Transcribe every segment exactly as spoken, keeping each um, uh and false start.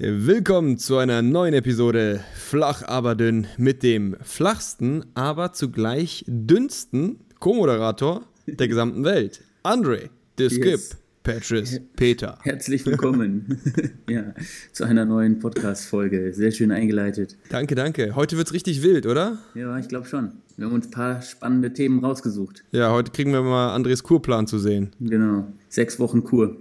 Willkommen zu einer neuen Episode Flach aber dünn mit dem flachsten, aber zugleich dünnsten Co-Moderator der gesamten Welt. André, the Skip, yes. Patrice, Peter. Herzlich willkommen ja, zu einer neuen Podcast-Folge. Sehr schön eingeleitet. Danke, danke. Heute wird's richtig wild, oder? Ja, ich glaube schon. Wir haben uns ein paar spannende Themen rausgesucht. Ja, heute kriegen wir mal Andres Kurplan zu sehen. Genau, sechs Wochen Kur.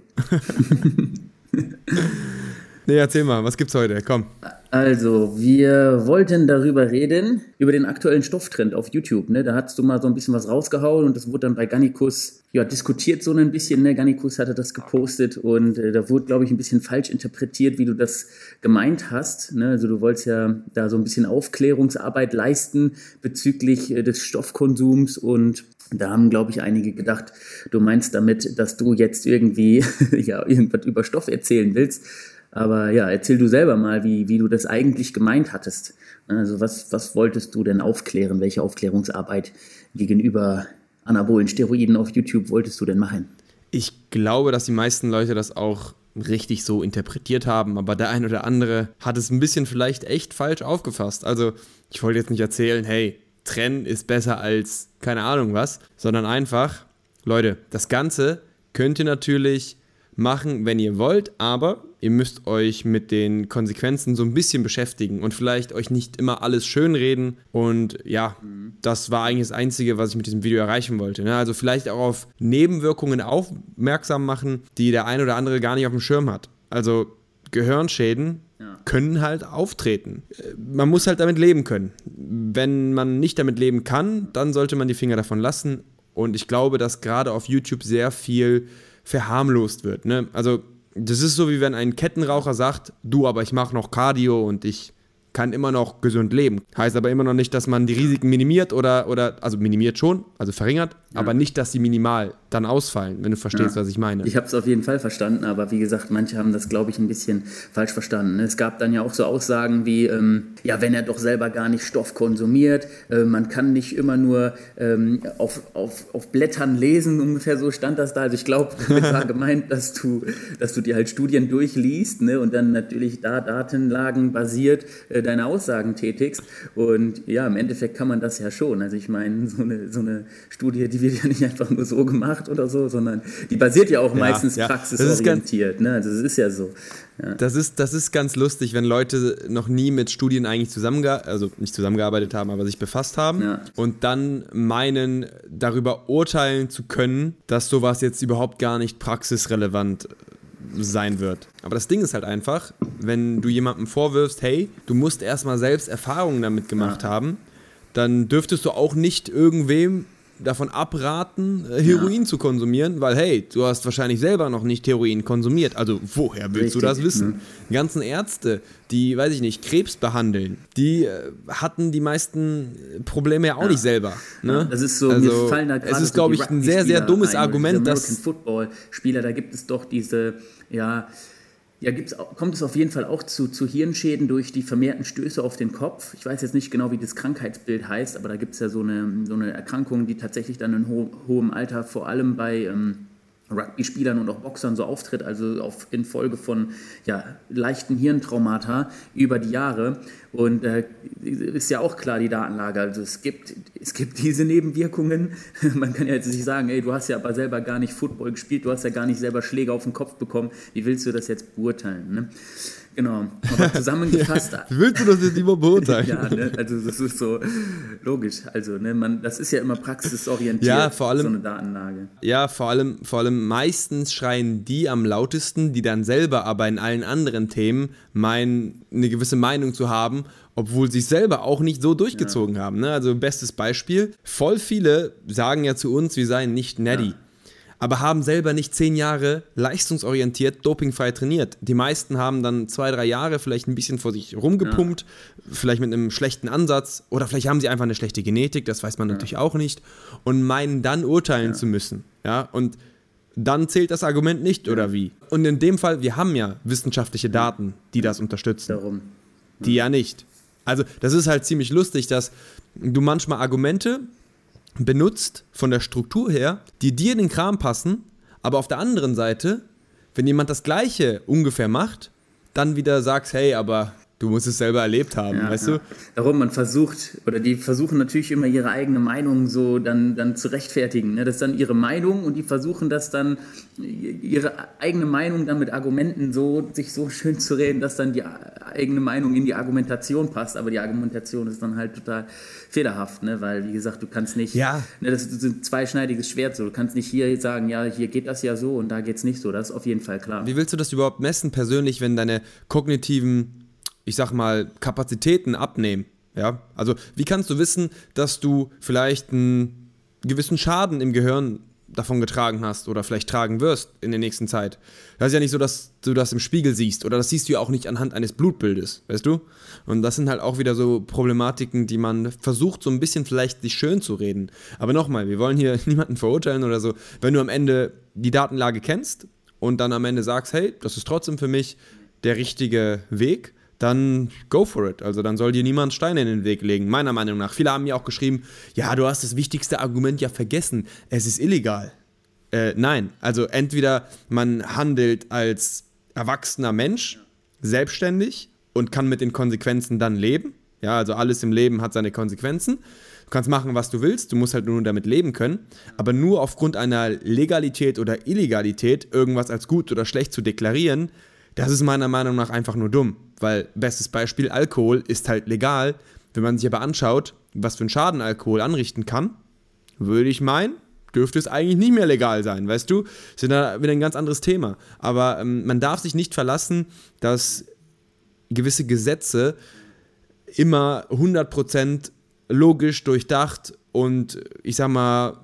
Nee, erzähl mal, was gibt's heute? Komm. Also, wir wollten darüber reden, über den aktuellen Stofftrend auf YouTube. Ne? Da hast du mal so ein bisschen was rausgehauen und das wurde dann bei Gannikus ja, diskutiert so ein bisschen. Ne? Gannikus hatte das gepostet und äh, da wurde, glaube ich, ein bisschen falsch interpretiert, wie du das gemeint hast. Ne? Also du wolltest ja da so ein bisschen Aufklärungsarbeit leisten bezüglich äh, des Stoffkonsums und da haben, glaube ich, einige gedacht, du meinst damit, dass du jetzt irgendwie ja, irgendwas über Stoff erzählen willst. Aber ja, erzähl du selber mal, wie, wie du das eigentlich gemeint hattest. Also was, was wolltest du denn aufklären? Welche Aufklärungsarbeit gegenüber anabolen Steroiden auf YouTube wolltest du denn machen? Ich glaube, dass die meisten Leute das auch richtig so interpretiert haben, aber der ein oder andere hat es ein bisschen vielleicht echt falsch aufgefasst. Also ich wollte jetzt nicht erzählen, hey, trennen ist besser als keine Ahnung was, sondern einfach, Leute, das Ganze könnt ihr natürlich machen, wenn ihr wollt, aber ihr müsst euch mit den Konsequenzen so ein bisschen beschäftigen und vielleicht euch nicht immer alles schönreden und ja, mhm. das war eigentlich das Einzige, was ich mit diesem Video erreichen wollte. Ne? Also vielleicht auch auf Nebenwirkungen aufmerksam machen, die der ein oder andere gar nicht auf dem Schirm hat. Also Gehirnschäden ja. können halt auftreten. Man muss halt damit leben können. Wenn man nicht damit leben kann, dann sollte man die Finger davon lassen und ich glaube, dass gerade auf YouTube sehr viel verharmlost wird. Ne? Also das ist so, wie wenn ein Kettenraucher sagt, du, aber ich mache noch Cardio und ich kann immer noch gesund leben. Heißt aber immer noch nicht, dass man die Risiken minimiert oder, oder also minimiert schon, also verringert, ja. aber nicht, dass sie minimal dann ausfallen, wenn du verstehst, ja. was ich meine. Ich habe es auf jeden Fall verstanden, aber wie gesagt, manche haben das, glaube ich, ein bisschen falsch verstanden. Es gab dann ja auch so Aussagen wie, ähm, ja, wenn er doch selber gar nicht Stoff konsumiert, äh, man kann nicht immer nur ähm, auf, auf, auf Blättern lesen, ungefähr so stand das da. Also ich glaube, damit war gemeint, dass du, dass du dir halt Studien durchliest, ne, und dann natürlich da Datenlagen basiert äh, deine Aussagen tätigst und ja, im Endeffekt kann man das ja schon. Also ich meine, so eine, so eine Studie, die wird ja nicht einfach nur so gemacht oder so, sondern die basiert ja auch ja, meistens ja. praxisorientiert. Ne? Also es ist ja so. Ja. Das ist, das ist ganz lustig, wenn Leute noch nie mit Studien eigentlich zusammengearbeitet, also nicht zusammengearbeitet haben, aber sich befasst haben ja. und dann meinen, darüber urteilen zu können, dass sowas jetzt überhaupt gar nicht praxisrelevant sein wird. Aber das Ding ist halt einfach, wenn du jemandem vorwirfst, hey, du musst erstmal selbst Erfahrungen damit gemacht ja. haben, dann dürftest du auch nicht irgendwem davon abraten, Heroin ja. zu konsumieren, weil hey, du hast wahrscheinlich selber noch nicht Heroin konsumiert. Also woher willst Richtig, du das wissen? Ne? Die ganzen Ärzte, die, weiß ich nicht, Krebs behandeln, die äh, hatten die meisten Probleme ja auch ja. nicht selber. Ne? Ja, das ist so, also, mir fallen da gerade es ist, glaube ich, ein sehr, sehr dummes ein, Argument, dass dass Football-Spieler, da gibt es doch diese, ja, Ja, gibt's, kommt es auf jeden Fall auch zu, zu Hirnschäden durch die vermehrten Stöße auf den Kopf. Ich weiß jetzt nicht genau, wie das Krankheitsbild heißt, aber da gibt es ja so eine, so eine Erkrankung, die tatsächlich dann in ho- hohem Alter vor allem bei ähm, Rugby-Spielern und auch Boxern so auftritt, also auf, infolge von ja, leichten Hirntraumata über die Jahre. Und äh, ist ja auch klar die Datenlage, also es gibt, es gibt diese Nebenwirkungen. Man kann ja jetzt nicht sagen, ey, du hast ja aber selber gar nicht Football gespielt, du hast ja gar nicht selber Schläge auf den Kopf bekommen, wie willst du das jetzt beurteilen, ne? Genau, aber zusammengefasst. Ja, wie willst du das jetzt lieber beurteilen? Ja, ne, also das ist so logisch. Also ne, man, das ist ja immer praxisorientiert, ja, vor allem, so eine Datenlage. Ja, vor allem, vor allem meistens schreien die am lautesten, die dann selber aber in allen anderen Themen meinen, eine gewisse Meinung zu haben, obwohl sie es selber auch nicht so durchgezogen ja. haben. Ne? Also bestes Beispiel, voll viele sagen ja zu uns, wir seien nicht Natty. Ja. Aber haben selber nicht zehn Jahre leistungsorientiert, dopingfrei trainiert. Die meisten haben dann zwei, drei Jahre vielleicht ein bisschen vor sich rumgepumpt, ja. vielleicht mit einem schlechten Ansatz oder vielleicht haben sie einfach eine schlechte Genetik, das weiß man ja. natürlich auch nicht und meinen dann urteilen ja. zu müssen. Ja? Und dann zählt das Argument nicht, ja. oder wie? Und in dem Fall, wir haben ja wissenschaftliche Daten, die das unterstützen. Darum. Ja. Die ja nicht. Also das ist halt ziemlich lustig, dass du manchmal Argumente benutzt, von der Struktur her, die dir in den Kram passen, aber auf der anderen Seite, wenn jemand das Gleiche ungefähr macht, dann wieder sagst, hey, aber du musst es selber erlebt haben, ja, weißt ja. du? Darum, man versucht, oder die versuchen natürlich immer ihre eigene Meinung so dann, dann zu rechtfertigen. Ne? Das ist dann ihre Meinung und die versuchen das dann, ihre eigene Meinung dann mit Argumenten so, sich so schön zu reden, dass dann die eigene Meinung in die Argumentation passt. Aber die Argumentation ist dann halt total fehlerhaft, ne? Weil, wie gesagt, du kannst nicht, ja. ne, das ist ein zweischneidiges Schwert, so. Du kannst nicht hier sagen, ja, hier geht das ja so und da geht es nicht so. Das ist auf jeden Fall klar. Wie willst du das überhaupt messen persönlich, wenn deine kognitiven, ich sag mal, Kapazitäten abnehmen, ja, also wie kannst du wissen, dass du vielleicht einen gewissen Schaden im Gehirn davon getragen hast oder vielleicht tragen wirst in der nächsten Zeit? Das ist ja nicht so, dass du das im Spiegel siehst oder das siehst du ja auch nicht anhand eines Blutbildes, weißt du? Und das sind halt auch wieder so Problematiken, die man versucht so ein bisschen vielleicht sich schön zu reden. Aber nochmal, wir wollen hier niemanden verurteilen oder so. Wenn du am Ende die Datenlage kennst und dann am Ende sagst, hey, das ist trotzdem für mich der richtige Weg, dann go for it. Also dann soll dir niemand Steine in den Weg legen, meiner Meinung nach. Viele haben mir auch geschrieben, ja, du hast das wichtigste Argument ja vergessen, es ist illegal. Äh, nein, also entweder man handelt als erwachsener Mensch, selbstständig und kann mit den Konsequenzen dann leben. Ja, also alles im Leben hat seine Konsequenzen. Du kannst machen, was du willst, du musst halt nur damit leben können. Aber nur aufgrund einer Legalität oder Illegalität irgendwas als gut oder schlecht zu deklarieren, das ist meiner Meinung nach einfach nur dumm, weil, bestes Beispiel, Alkohol ist halt legal. Wenn man sich aber anschaut, was für einen Schaden Alkohol anrichten kann, würde ich meinen, dürfte es eigentlich nicht mehr legal sein, weißt du? Das ist da wieder ein ganz anderes Thema. Aber ähm, man darf sich nicht verlassen, dass gewisse Gesetze immer hundert Prozent logisch durchdacht und, ich sag mal,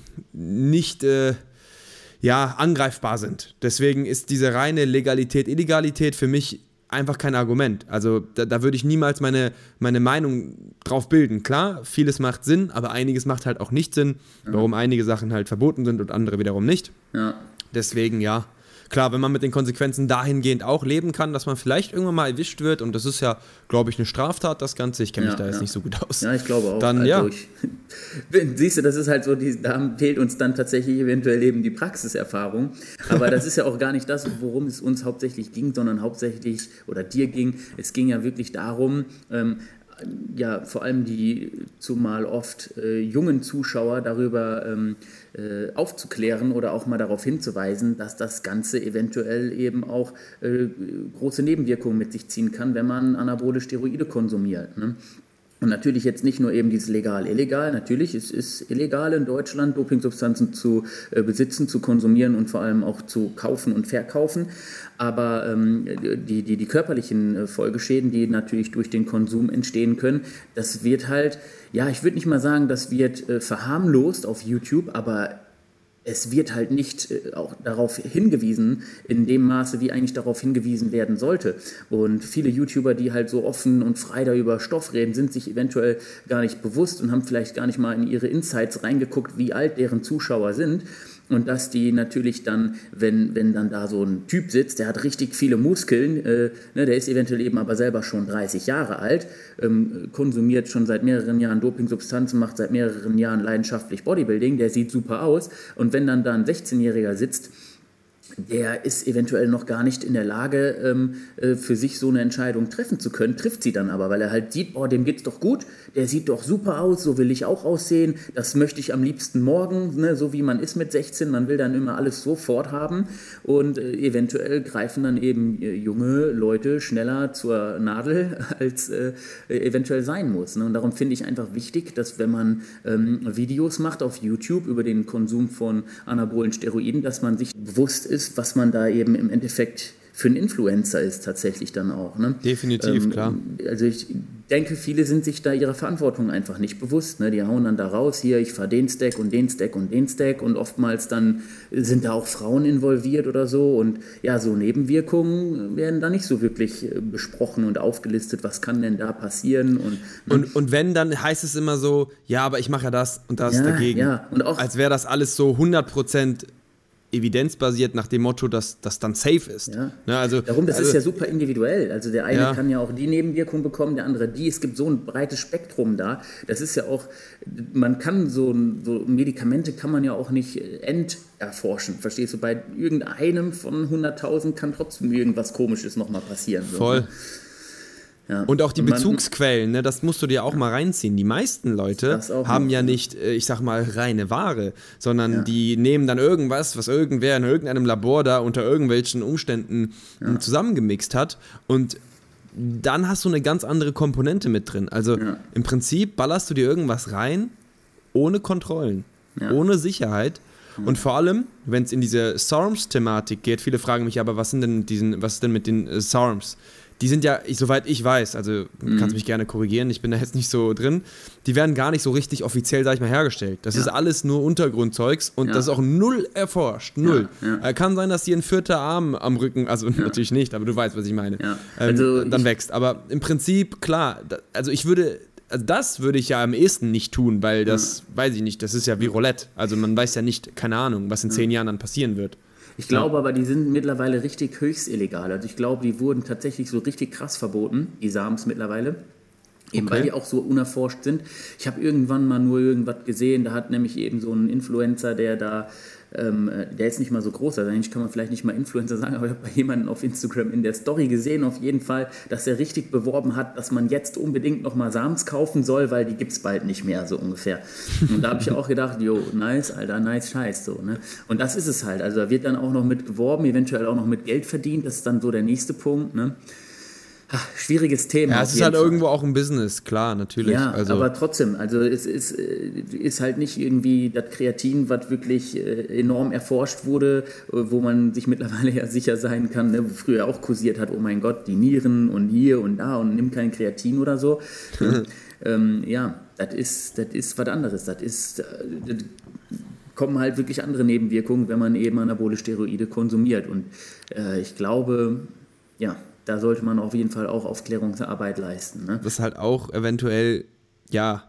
nicht Äh, ja, angreifbar sind. Deswegen ist diese reine Legalität, Illegalität für mich einfach kein Argument. Also da, da würde ich niemals meine, meine Meinung drauf bilden. Klar, vieles macht Sinn, aber einiges macht halt auch nicht Sinn, warum einige Sachen halt verboten sind und andere wiederum nicht. Ja. Deswegen, ja, klar, wenn man mit den Konsequenzen dahingehend auch leben kann, dass man vielleicht irgendwann mal erwischt wird und das ist ja, glaube ich, eine Straftat, das Ganze, ich kenne mich ja, da jetzt ja. nicht so gut aus. Ja, ich glaube auch. Dann, also ja. Ich, siehst du, das ist halt so, die, da fehlt uns dann tatsächlich eventuell eben die Praxiserfahrung, aber das ist ja auch gar nicht das, worum es uns hauptsächlich ging, sondern hauptsächlich, oder dir ging, es ging ja wirklich darum, ähm, ja, vor allem die zumal oft äh, jungen Zuschauer darüber ähm, äh, aufzuklären oder auch mal darauf hinzuweisen, dass das Ganze eventuell eben auch äh, große Nebenwirkungen mit sich ziehen kann, wenn man anabole Steroide konsumiert, ne? Und natürlich jetzt nicht nur eben dieses legal, illegal, natürlich es ist illegal in Deutschland, Dopingsubstanzen zu äh, besitzen, zu konsumieren und vor allem auch zu kaufen und verkaufen, aber ähm, die, die, die körperlichen äh, Folgeschäden, die natürlich durch den Konsum entstehen können, das wird halt, ja, ich würde nicht mal sagen, das wird äh, verharmlost auf YouTube, aber es wird halt nicht äh, auch darauf hingewiesen, in dem Maße, wie eigentlich darauf hingewiesen werden sollte. Und viele YouTuber, die halt so offen und frei da über Stoff reden, sind sich eventuell gar nicht bewusst und haben vielleicht gar nicht mal in ihre Insights reingeguckt, wie alt deren Zuschauer sind. Und dass die natürlich dann, wenn, wenn dann da so ein Typ sitzt, der hat richtig viele Muskeln, äh, ne, der ist eventuell eben aber selber schon dreißig Jahre alt, ähm, konsumiert schon seit mehreren Jahren Dopingsubstanzen, macht seit mehreren Jahren leidenschaftlich Bodybuilding, der sieht super aus. Und wenn dann da ein sechzehnjähriger sitzt, der ist eventuell noch gar nicht in der Lage, ähm, äh, für sich so eine Entscheidung treffen zu können, trifft sie dann aber, weil er halt sieht, oh, dem geht's doch gut, der sieht doch super aus, so will ich auch aussehen, das möchte ich am liebsten morgen, ne, so wie man ist mit sechzehn, man will dann immer alles sofort haben und äh, eventuell greifen dann eben äh, junge Leute schneller zur Nadel, als äh, eventuell sein muss. Ne? Und darum finde ich einfach wichtig, dass wenn man ähm, Videos macht auf YouTube über den Konsum von anabolen Steroiden, dass man sich bewusst ist, was man da eben im Endeffekt für ein Influencer ist tatsächlich dann auch. Ne? Definitiv, ähm, klar. Also ich denke, viele sind sich da ihrer Verantwortung einfach nicht bewusst. Ne? Die hauen dann da raus, hier, ich fahre den Stack und den Stack und den Stack und oftmals dann sind da auch Frauen involviert oder so und ja, so Nebenwirkungen werden da nicht so wirklich besprochen und aufgelistet, was kann denn da passieren. Und, ne? und, und wenn, dann heißt es immer so, ja, aber ich mache ja das und das ja, dagegen. Ja. Und auch, als wäre das alles so hundert Prozent evidenzbasiert nach dem Motto, dass das dann safe ist. Ja. Ne, also, Darum, das also, ist ja super individuell. Also der eine ja. kann ja auch die Nebenwirkung bekommen, der andere die. Es gibt so ein breites Spektrum da. Das ist ja auch, man kann so, so Medikamente kann man ja auch nicht enterforschen. Verstehst du? Bei irgendeinem von hunderttausend kann trotzdem irgendwas Komisches nochmal passieren. So. Voll. Ja. Und auch die Und man, Bezugsquellen, ne, das musst du dir auch mal reinziehen. Die meisten Leute haben noch, ja nicht, ich sag mal, reine Ware, sondern ja. die nehmen dann irgendwas, was irgendwer in irgendeinem Labor da unter irgendwelchen Umständen ja. zusammengemixt hat und dann hast du eine ganz andere Komponente mit drin. Also ja. im Prinzip ballerst du dir irgendwas rein, ohne Kontrollen, ja. ohne Sicherheit. Und vor allem, wenn es in diese SARMs-Thematik geht, viele fragen mich aber, was sind denn diesen, was ist denn mit den äh, SARMs? Die sind ja, ich, soweit ich weiß, also mhm. kannst mich gerne korrigieren, ich bin da jetzt nicht so drin, die werden gar nicht so richtig offiziell, sag ich mal, hergestellt. Das ja. ist alles nur Untergrundzeugs und ja. das ist auch null erforscht, null. Ja. Ja. Kann sein, dass dir ein vierter Arm am Rücken, also ja. natürlich nicht, aber du weißt, was ich meine, ja. also ähm, dann ich, wächst. Aber im Prinzip, klar, da, also ich würde... Also das würde ich ja am ehesten nicht tun, weil das, ja. weiß ich nicht, das ist ja wie Roulette. Also man weiß ja nicht, keine Ahnung, was in zehn ja. Jahren dann passieren wird. Ich glaube ja. aber, die sind mittlerweile richtig höchst illegal. Also ich glaube, die wurden tatsächlich so richtig krass verboten, die SARMs mittlerweile. Eben okay. weil die auch so unerforscht sind. Ich habe irgendwann mal nur irgendwas gesehen, da hat nämlich eben so ein Influencer, der da, ähm, der ist nicht mal so groß, also eigentlich kann man vielleicht nicht mal Influencer sagen, aber ich habe bei jemandem auf Instagram in der Story gesehen, auf jeden Fall, dass er richtig beworben hat, dass man jetzt unbedingt nochmal SARMs kaufen soll, weil die gibt es bald nicht mehr, so ungefähr. Und da habe ich auch gedacht, jo, nice, Alter, nice Scheiß, so, ne? Und das ist es halt, also da wird dann auch noch mit geworben, eventuell auch noch mit Geld verdient, das ist dann so der nächste Punkt, ne? Ach, schwieriges Thema. Ja, es ist halt Fall. irgendwo auch ein Business, klar, natürlich. Ja, also. aber trotzdem, also es ist, ist halt nicht irgendwie das Kreatin, was wirklich enorm erforscht wurde, wo man sich mittlerweile ja sicher sein kann, ne, wo früher auch kursiert hat, oh mein Gott, die Nieren und hier und da und nimm kein Kreatin oder so. ähm, ja, das ist, das ist was anderes. Das ist, das kommen halt wirklich andere Nebenwirkungen, wenn man eben anabole Steroide konsumiert. Und äh, ich glaube, ja, da sollte man auf jeden Fall auch Aufklärungsarbeit leisten. Ne? Was halt auch eventuell, ja,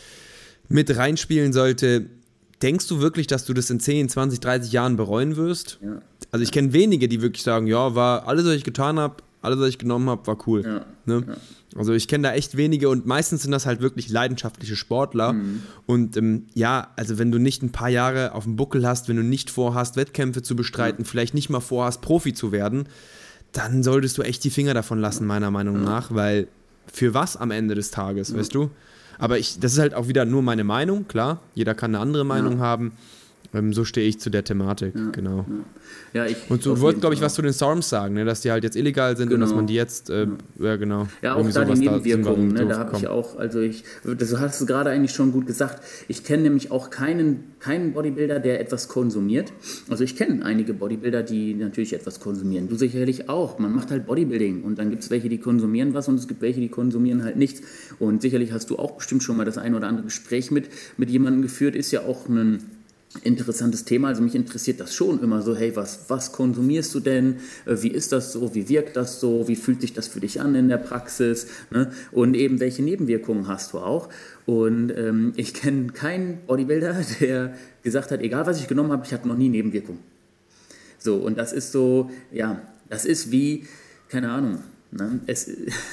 mit reinspielen sollte, denkst du wirklich, dass du das in zehn, zwanzig, dreißig Jahren bereuen wirst? Ja. Also ich kenne wenige, die wirklich sagen, ja, war alles, was ich getan habe, alles, was ich genommen habe, war cool. Ja. Ne? Ja. Also ich kenne da echt wenige und meistens sind das halt wirklich leidenschaftliche Sportler. Mhm. Und ähm, ja, also wenn du nicht ein paar Jahre auf dem Buckel hast, wenn du nicht vorhast, Wettkämpfe zu bestreiten, ja. vielleicht nicht mal vorhast, Profi zu werden, dann solltest du echt die Finger davon lassen, meiner Meinung ja. nach, weil für was am Ende des Tages, ja. weißt du? Aber ich, das ist halt auch wieder nur meine Meinung, klar, jeder kann eine andere Meinung ja. haben. Ähm, so stehe ich zu der Thematik, ja, genau. Ja. Ja, ich, und du wolltest, glaube ich, was zu den SARMs sagen, ne? Dass die halt jetzt illegal sind genau. und dass man die jetzt, äh, ja. ja genau. Ja, auch da die Nebenwirkungen, da, ne? Da habe ich auch, also ich, das hast du gerade eigentlich schon gut gesagt, ich kenne nämlich auch keinen, keinen Bodybuilder, der etwas konsumiert. Also ich kenne einige Bodybuilder, die natürlich etwas konsumieren. Du sicherlich auch, man macht halt Bodybuilding und dann gibt es welche, die konsumieren was und es gibt welche, die konsumieren halt nichts. Und sicherlich hast du auch bestimmt schon mal das ein oder andere Gespräch mit, mit jemandem geführt, ist ja auch ein interessantes Thema, also mich interessiert das schon immer so, hey, was, was konsumierst du denn, wie ist das so, wie wirkt das so, wie fühlt sich das für dich an in der Praxis, ne? Und eben welche Nebenwirkungen hast du auch und ähm, ich kenne keinen Bodybuilder, der gesagt hat, egal was ich genommen habe, ich hatte noch nie Nebenwirkungen. So, und das ist so, ja, das ist wie, keine Ahnung, ne? Es,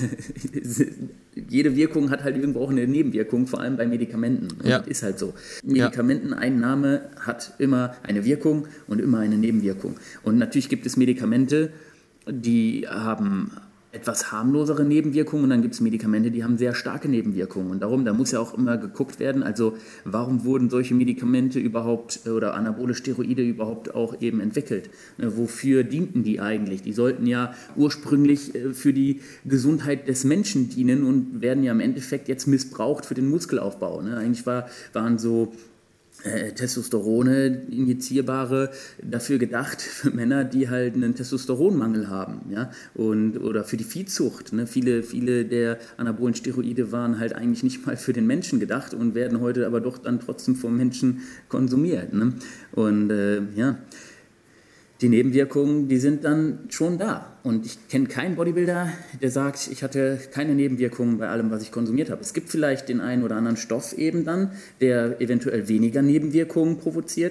jede Wirkung hat halt irgendwo auch eine Nebenwirkung, vor allem bei Medikamenten. Und ja. das ist halt so. Medikamenteneinnahme hat immer eine Wirkung und immer eine Nebenwirkung. Und natürlich gibt es Medikamente, die haben etwas harmlosere Nebenwirkungen und dann gibt es Medikamente, die haben sehr starke Nebenwirkungen und darum, da muss ja auch immer geguckt werden, also warum wurden solche Medikamente überhaupt oder anabole Steroide überhaupt auch eben entwickelt? Wofür dienten die eigentlich? Die sollten ja ursprünglich für die Gesundheit des Menschen dienen und werden ja im Endeffekt jetzt missbraucht für den Muskelaufbau. Eigentlich war, waren so Äh, Testosterone, injizierbare, dafür gedacht für Männer, die halt einen Testosteronmangel haben, ja, und oder für die Viehzucht. Ne? Viele, viele der anabolen Steroide waren halt eigentlich nicht mal für den Menschen gedacht und werden heute aber doch dann trotzdem vom Menschen konsumiert. Ne? Und äh, ja, die Nebenwirkungen, die sind dann schon da. Und ich kenne keinen Bodybuilder, der sagt, ich hatte keine Nebenwirkungen bei allem, was ich konsumiert habe. Es gibt vielleicht den einen oder anderen Stoff eben dann, der eventuell weniger Nebenwirkungen provoziert.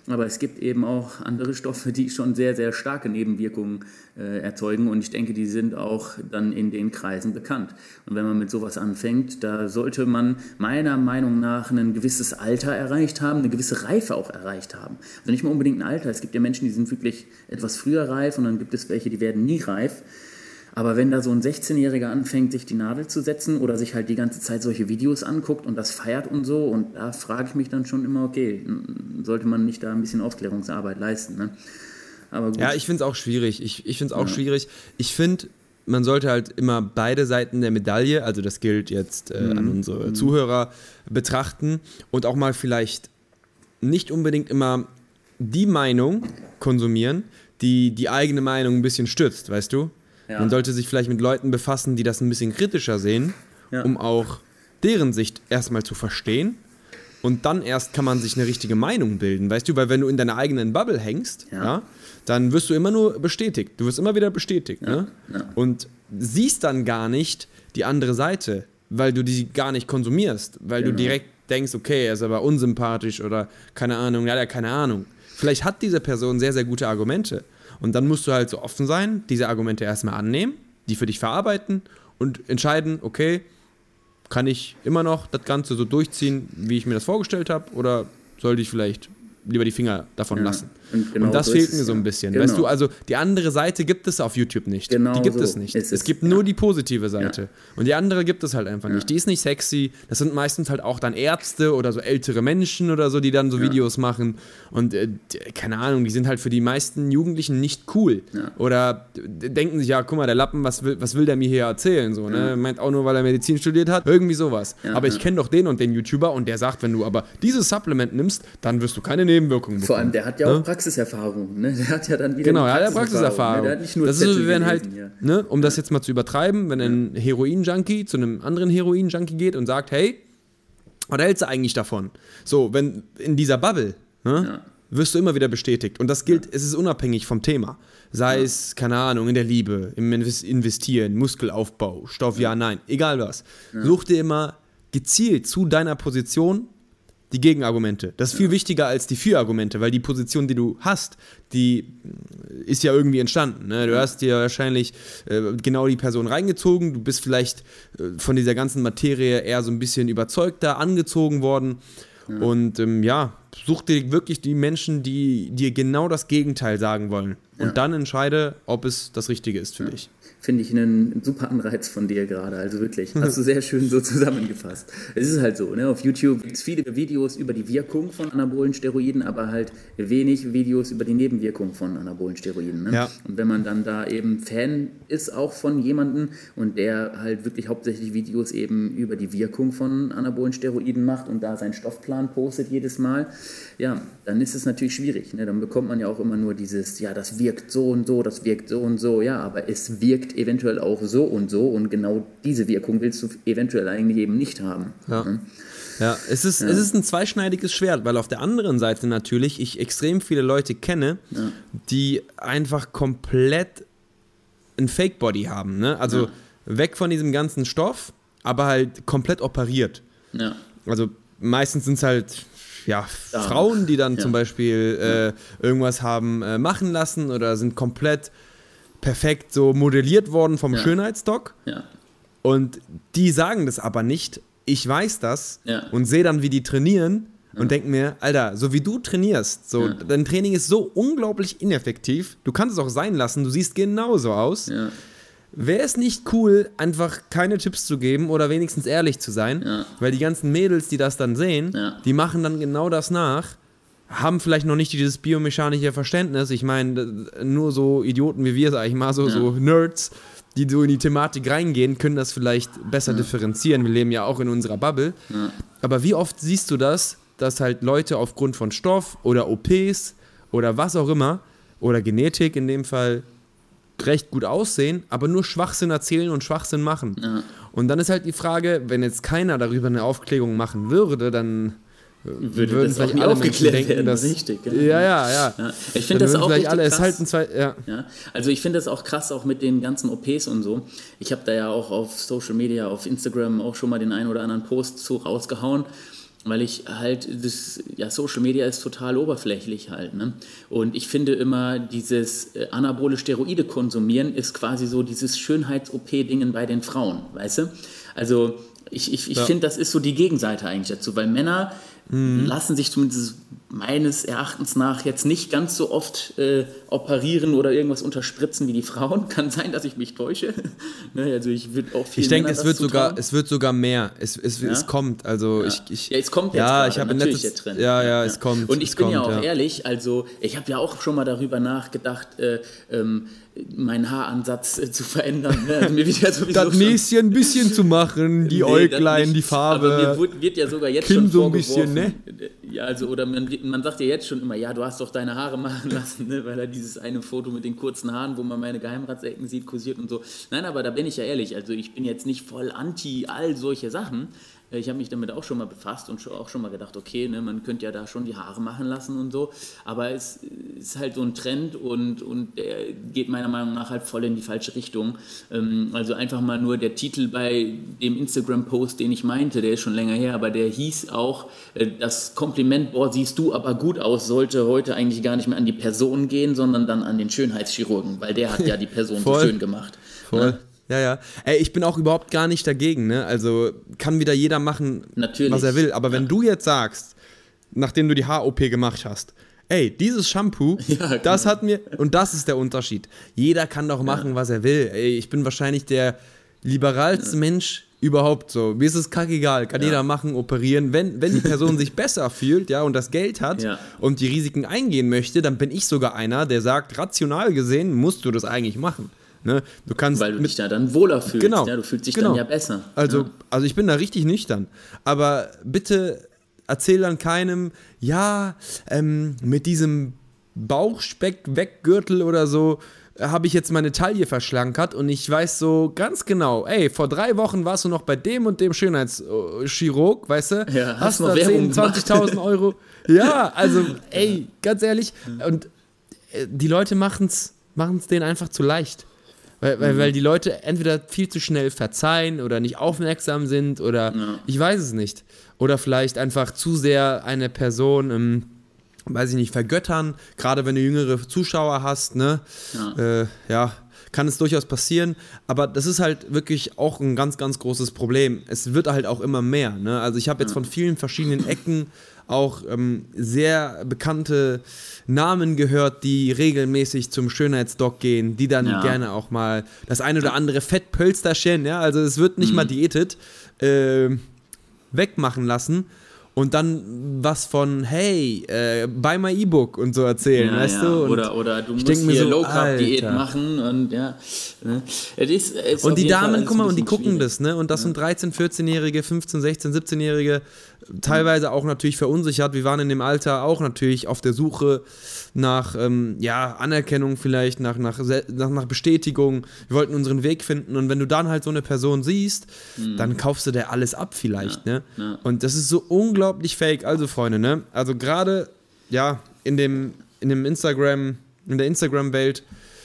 aber es gibt eben auch andere Stoffe, die schon sehr, sehr starke Nebenwirkungen äh, erzeugen und ich denke, die sind auch dann in den Kreisen bekannt. Und wenn man mit sowas anfängt, da sollte man meiner Meinung nach ein gewisses Alter erreicht haben, eine gewisse Reife auch erreicht haben. Also nicht mal unbedingt ein Alter, es gibt ja Menschen, die sind wirklich etwas früher reif und dann gibt es welche, die werden nie reif. Aber wenn da so ein sechzehnjähriger anfängt, sich die Nadel zu setzen oder sich halt die ganze Zeit solche Videos anguckt und das feiert und so, und da frage ich mich dann schon immer, okay, sollte man nicht da ein bisschen Aufklärungsarbeit leisten, ne? Aber gut. Ja, ich finde es auch schwierig. Ich, ich finde es auch ja. schwierig. Ich finde, man sollte halt immer beide Seiten der Medaille, also das gilt jetzt äh, mhm. an unsere mhm. Zuhörer, betrachten und auch mal vielleicht nicht unbedingt immer die Meinung konsumieren, die die eigene Meinung ein bisschen stützt, weißt du? Ja. Man sollte sich vielleicht mit Leuten befassen, die das ein bisschen kritischer sehen, ja. um auch deren Sicht erstmal zu verstehen. Und dann erst kann man sich eine richtige Meinung bilden, weißt du? Weil wenn du in deiner eigenen Bubble hängst, ja. Ja, dann wirst du immer nur bestätigt. Du wirst immer wieder bestätigt. Ja. Ne? Ja. Und siehst dann gar nicht die andere Seite, weil du die gar nicht konsumierst. Weil genau. du direkt denkst, okay, er ist aber unsympathisch oder keine Ahnung, ja, der hat keine Ahnung. Vielleicht hat diese Person sehr, sehr gute Argumente. Und dann musst du halt so offen sein, diese Argumente erstmal annehmen, die für dich verarbeiten und entscheiden, okay, kann ich immer noch das Ganze so durchziehen, wie ich mir das vorgestellt habe, oder sollte ich vielleicht lieber die Finger davon ja, lassen? Und, genau und das so fehlt mir so ein bisschen. Genau. Weißt du, also die andere Seite gibt es auf YouTube nicht. Genau die gibt so es nicht. Es, es gibt ja. nur die positive Seite. Ja. Und die andere gibt es halt einfach ja. nicht. Die ist nicht sexy. Das sind meistens halt auch dann Ärzte oder so ältere Menschen oder so, die dann so ja. Videos machen. Und äh, keine Ahnung, die sind halt für die meisten Jugendlichen nicht cool. Ja. Oder denken sich, ja, guck mal, der Lappen, was will, was will der mir hier erzählen? So, ne? Ja. Meint auch nur, weil er Medizin studiert hat. Irgendwie sowas. Ja. Aber ich kenne doch den und den YouTuber und der sagt, wenn du aber dieses Supplement nimmst, dann wirst du keine Nebenwirkungen bekommen. Vor allem, der hat ja auch ne? Praxiserfahrung, ne? Der hat ja dann wieder genau, er hat ja Praxiserfahrung. Ne? Der hat nicht nur das ist so, wie wenn halt, ja. ne, um ja. das jetzt mal zu übertreiben, wenn ein Heroin-Junkie zu einem anderen Heroin-Junkie geht und sagt, hey, was hältst du eigentlich davon? So, wenn in dieser Bubble, ne, ja. wirst du immer wieder bestätigt. Und das gilt, ja. es ist unabhängig vom Thema. Sei ja. es, keine Ahnung, in der Liebe, im Investieren, Muskelaufbau, Stoff, ja, ja nein, egal was. Ja. Such dir immer gezielt zu deiner Position die Gegenargumente. Das ist viel ja. wichtiger als die Für-Argumente, weil die Position, die du hast, die ist ja irgendwie entstanden. Ne? Du ja. hast dir wahrscheinlich äh, genau die Person reingezogen, du bist vielleicht äh, von dieser ganzen Materie eher so ein bisschen überzeugter, angezogen worden. Ja. Und ähm, ja, such dir wirklich die Menschen, die dir genau das Gegenteil sagen wollen. Und ja. dann entscheide, ob es das Richtige ist für ja. dich. Finde ich einen super Anreiz von dir gerade, also wirklich, hast du sehr schön so zusammengefasst. Es ist halt so, ne? Auf YouTube gibt es viele Videos über die Wirkung von anabolen Steroiden, aber halt wenig Videos über die Nebenwirkung von anabolen Steroiden. Ne? Ja. Und wenn man dann da eben Fan ist auch von jemandem und der halt wirklich hauptsächlich Videos eben über die Wirkung von anabolen Steroiden macht und da seinen Stoffplan postet jedes Mal, ja, dann ist es natürlich schwierig. Ne? Dann bekommt man ja auch immer nur dieses, ja, das wirkt so und so, das wirkt so und so, ja, aber es wirkt eventuell auch so und so und genau diese Wirkung willst du eventuell eigentlich eben nicht haben. Ja, ne? ja, es ist, ja. es ist ein zweischneidiges Schwert, weil auf der anderen Seite natürlich ich extrem viele Leute kenne, ja. die einfach komplett ein Fake-Body haben. Ne? Also ja. weg von diesem ganzen Stoff, aber halt komplett operiert. Ja. Also meistens sind es halt ja, ja. Frauen, die dann ja. zum Beispiel äh, ja. irgendwas haben äh, machen lassen oder sind komplett perfekt so modelliert worden vom ja. Schönheitsdoc. Ja. Und die sagen das aber nicht. Ich weiß das ja. und sehe dann, wie die trainieren ja. und denke mir, Alter, so wie du trainierst, so, ja. dein Training ist so unglaublich ineffektiv. Du kannst es auch sein lassen, du siehst genauso aus. Ja. Wäre es nicht cool, einfach keine Tipps zu geben oder wenigstens ehrlich zu sein? Ja. Weil die ganzen Mädels, die das dann sehen, ja. die machen dann genau das nach. Haben vielleicht noch nicht dieses biomechanische Verständnis. Ich meine, nur so Idioten wie wir, sag ich mal, so, ja. so Nerds, die so in die Thematik reingehen, können das vielleicht besser ja. differenzieren. Wir leben ja auch in unserer Bubble. Ja. Aber wie oft siehst du das, dass halt Leute aufgrund von Stoff oder O Ps oder was auch immer oder Genetik in dem Fall recht gut aussehen, aber nur Schwachsinn erzählen und Schwachsinn machen. Ja. Und dann ist halt die Frage, wenn jetzt keiner darüber eine Aufklärung machen würde, dann würde würden das vielleicht alle aufgeklärt denken, werden, dass, richtig. Genau. Ja, ja, ja. ja. Ich finde das auch richtig alle, krass. Es halten zwei, ja. Ja. Also ich finde das auch krass, auch mit den ganzen O Ps und so. Ich habe da ja auch auf Social Media, auf Instagram auch schon mal den einen oder anderen Post zu rausgehauen. weil ich halt, das, ja, Social Media ist total oberflächlich halt, ne? Und ich finde immer, dieses äh, anabole Steroide konsumieren ist quasi so dieses Schönheits-O P-Dingen bei den Frauen, weißt du? Also ich, ich, ich ja. finde, das ist so die Gegenseite eigentlich dazu, weil Männer mhm. lassen sich zumindest meines Erachtens nach jetzt nicht ganz so oft äh, operieren oder irgendwas unterspritzen wie die Frauen. Kann sein, dass ich mich täusche. Ne, also ich würde auch viel Ich denke, es wird sogar, es wird sogar mehr. Es, es, ja? es kommt. Also ja. ich, ich, ja, es kommt jetzt ja, gerade, ich habe natürlich letztes, der Trend. Ja, ja, ja, es kommt. Und ich es bin kommt, ja auch ja. ehrlich, also ich habe ja auch schon mal darüber nachgedacht, äh, ähm, meinen Haaransatz äh, zu verändern. Ne? Also mir wird ja sowieso das Näschen ein bisschen zu machen, die nee, Äuglein, die Farbe. Aber mir wird ja sogar jetzt Kinn schon so ein vorgeworfen. bisschen, ne? Ja, also, oder man, man sagt ja jetzt schon immer, ja, du hast doch deine Haare machen lassen, ne? Weil er dieses eine Foto mit den kurzen Haaren, wo man meine Geheimratsecken sieht, kursiert und so. Nein, aber da bin ich ja ehrlich, also ich bin jetzt nicht voll anti all solche Sachen. Ich habe mich damit auch schon mal befasst und auch schon mal gedacht, okay, ne, man könnte ja da schon die Haare machen lassen und so, aber es ist halt so ein Trend und, und der geht meiner Meinung nach halt voll in die falsche Richtung. Also einfach mal nur der Titel bei dem Instagram-Post, den ich meinte, der ist schon länger her, aber der hieß auch, das Kompliment, boah, siehst du aber gut aus, sollte heute eigentlich gar nicht mehr an die Person gehen, sondern dann an den Schönheitschirurgen, weil der hat ja die Person so schön gemacht. Voll. Ne? Ja, ja. Ey, ich bin auch überhaupt gar nicht dagegen, ne? Also kann wieder jeder machen, Natürlich. was er will. Aber wenn ja. du jetzt sagst, nachdem du die Haar-O P gemacht hast, ey, dieses Shampoo, ja, das hat mir, und das ist der Unterschied. Jeder kann doch machen, ja. was er will. Ey, ich bin wahrscheinlich der liberalste ja. Mensch überhaupt so. Mir ist es kackegal, kann ja. jeder machen, operieren. Wenn, wenn die Person sich besser fühlt, ja, und das Geld hat ja. und die Risiken eingehen möchte, dann bin ich sogar einer, der sagt, rational gesehen musst du das eigentlich machen. Ne? Du kannst Weil du mit, dich da dann wohler fühlst, genau, ja? Du fühlst dich genau. dann ja besser. Also, ja. also ich bin da richtig nüchtern. Aber bitte erzähl dann keinem, ja, ähm, mit diesem Bauchspeck-Weggürtel oder so habe ich jetzt meine Taille verschlankert und ich weiß so ganz genau, ey, vor drei Wochen warst du noch bei dem und dem Schönheitschirurg, weißt du? Ja, hast, hast noch da zehn, zwanzigtausend Euro. Ja, also, ey, ganz ehrlich. Und äh, die Leute machen es denen einfach zu leicht. Weil, weil, mhm. weil die Leute entweder viel zu schnell verzeihen oder nicht aufmerksam sind oder ja. ich weiß es nicht. Oder vielleicht einfach zu sehr eine Person, ähm, weiß ich nicht, vergöttern. Gerade wenn du jüngere Zuschauer hast, ne? Ja. Äh, ja, kann es durchaus passieren. Aber das ist halt wirklich auch ein ganz, ganz großes Problem. Es wird halt auch immer mehr. Ne? Also ich habe jetzt ja. von vielen verschiedenen Ecken auch ähm, sehr bekannte Namen gehört, die regelmäßig zum Schönheitsdoc gehen, die dann ja. gerne auch mal das ein oder andere Fettpölsterchen, ja, also es wird nicht mhm. mal diätet, äh, wegmachen lassen und dann was von, hey, äh, buy my E-Book und so erzählen, ja, weißt ja. du? Und oder, oder du musst hier so, Low-Carb-Diät machen und ja. Ne? Es ist, es und die Damen, guck mal, und die gucken schwierig. das, ne? Und das ja. sind dreizehn-, vierzehn-Jährige, fünfzehn-, sechzehn-, siebzehn-Jährige, teilweise auch natürlich verunsichert. Wir waren in dem Alter auch natürlich auf der Suche nach ähm, ja, Anerkennung vielleicht, nach, nach, nach, nach Bestätigung. Wir wollten unseren Weg finden und wenn du dann halt so eine Person siehst, mhm. dann kaufst du dir alles ab vielleicht, ja. ne? Ja. Und das ist so unglaublich fake. Also Freunde, ne? Also gerade, ja, in dem, in dem Instagram, in der Instagram-Welt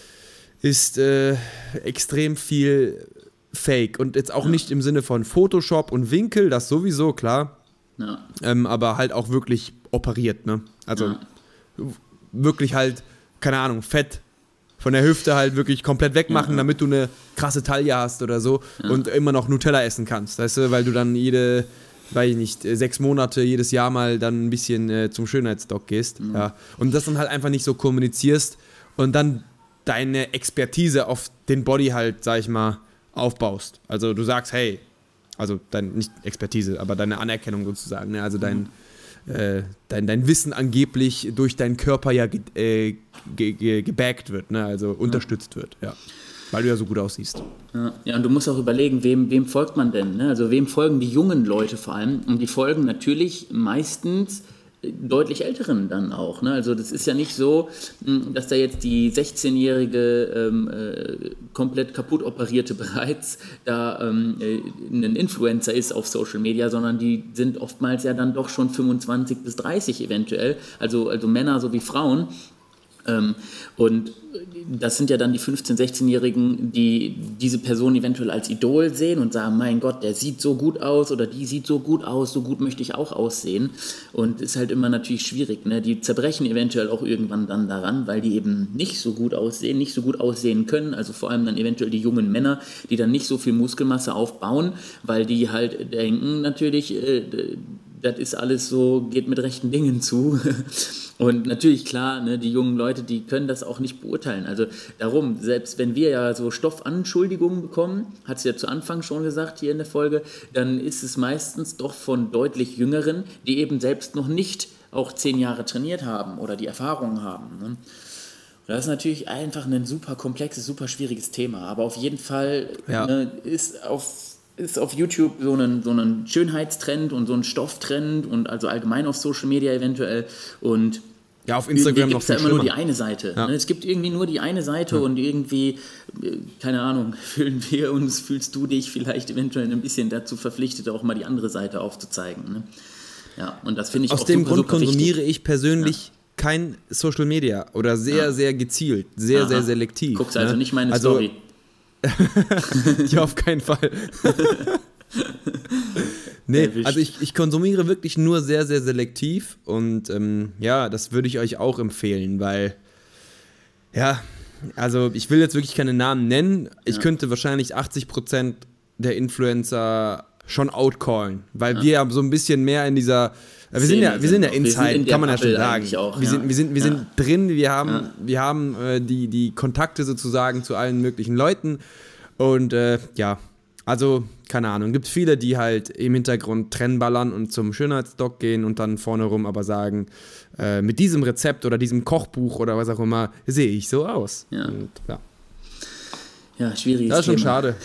ist äh, extrem viel Fake und jetzt auch ja. nicht im Sinne von Photoshop und Winkel, das sowieso, klar, ja. ähm, aber halt auch wirklich operiert, ne? Also ja. wirklich halt, keine Ahnung, Fett von der Hüfte halt wirklich komplett wegmachen, ja. damit du eine krasse Taille hast oder so ja. und immer noch Nutella essen kannst, weißt du, weil du dann jede, weiß ich nicht, sechs Monate, jedes Jahr mal dann ein bisschen äh, zum Schönheitsdoc gehst, mhm. ja, und das dann halt einfach nicht so kommunizierst und dann deine Expertise auf den Body halt, sag ich mal, aufbaust. Also du sagst, hey, also dein, nicht Expertise, aber deine Anerkennung sozusagen, ne? Also dein, mhm. äh, dein, dein Wissen angeblich durch deinen Körper ja ge, äh, ge, ge, gebackt wird, ne? Also unterstützt wird, ja. Weil du ja so gut aussiehst. Ja, ja, und du musst auch überlegen, wem, wem folgt man denn, ne? Also wem folgen die jungen Leute vor allem? Und die folgen natürlich meistens deutlich Älteren dann auch. Ne? Also das ist ja nicht so, dass da jetzt die sechzehnjährige ähm, äh, komplett kaputt operierte bereits da ähm, äh, ein Influencer ist auf Social Media, sondern die sind oftmals ja dann doch schon fünfundzwanzig bis dreißig eventuell, also, also Männer sowie Frauen. Ähm, und das sind ja dann die fünfzehn-, sechzehnjährigen, die diese Person eventuell als Idol sehen und sagen, mein Gott, der sieht so gut aus oder die sieht so gut aus, so gut möchte ich auch aussehen. Und ist halt immer natürlich schwierig, ne? Die zerbrechen eventuell auch irgendwann dann daran, weil die eben nicht so gut aussehen, nicht so gut aussehen können, also vor allem dann eventuell die jungen Männer, die dann nicht so viel Muskelmasse aufbauen, weil die halt denken natürlich, äh, das ist alles so, geht mit rechten Dingen zu. Und natürlich, klar, ne, die jungen Leute, die können das auch nicht beurteilen. Also darum, selbst wenn wir ja so Stoffanschuldigungen bekommen, hat sie ja zu Anfang schon gesagt hier in der Folge, dann ist es meistens doch von deutlich Jüngeren, die eben selbst noch nicht auch zehn Jahre trainiert haben oder die Erfahrungen haben. Ne? Das ist natürlich einfach ein super komplexes, super schwieriges Thema. Aber auf jeden Fall ja. ne, ist auf... ist auf YouTube so ein, so ein Schönheitstrend und so ein Stofftrend und also allgemein auf Social Media eventuell und ja, auf Instagram gibt es da immer schlimmer. nur die eine Seite. Ja. Es gibt irgendwie nur die eine Seite ja. und irgendwie, keine Ahnung, fühlen wir uns, fühlst du dich vielleicht eventuell ein bisschen dazu verpflichtet, auch mal die andere Seite aufzuzeigen. Ne? Ja, und das finde ich Aus auch dem super, Grund super konsumiere wichtig. ich persönlich ja. kein Social Media oder sehr, ja. sehr gezielt, sehr, Aha. sehr selektiv. Guckst also ne? nicht meine also, Story. Ja, auf keinen Fall. Nee, also ich, ich konsumiere wirklich nur sehr, sehr selektiv und ähm, ja, das würde ich euch auch empfehlen, weil ja, also ich will jetzt wirklich keine Namen nennen, ich ja. könnte wahrscheinlich achtzig Prozent der Influencer schon outcallen, weil ja. wir ja so ein bisschen mehr in dieser wir sind ja, wir sind ja Inside, in kann man ja schon sagen. Auch, wir ja. sind, wir sind, wir ja. sind drin, wir haben, ja. wir haben äh, die, die Kontakte sozusagen zu allen möglichen Leuten und äh, ja, also keine Ahnung, gibt viele, die halt im Hintergrund trennballern und zum Schönheitsdoc gehen und dann vorne rum aber sagen, äh, mit diesem Rezept oder diesem Kochbuch oder was auch immer, sehe ich so aus. Ja, und, ja. ja schwierig. Das ist schon schade.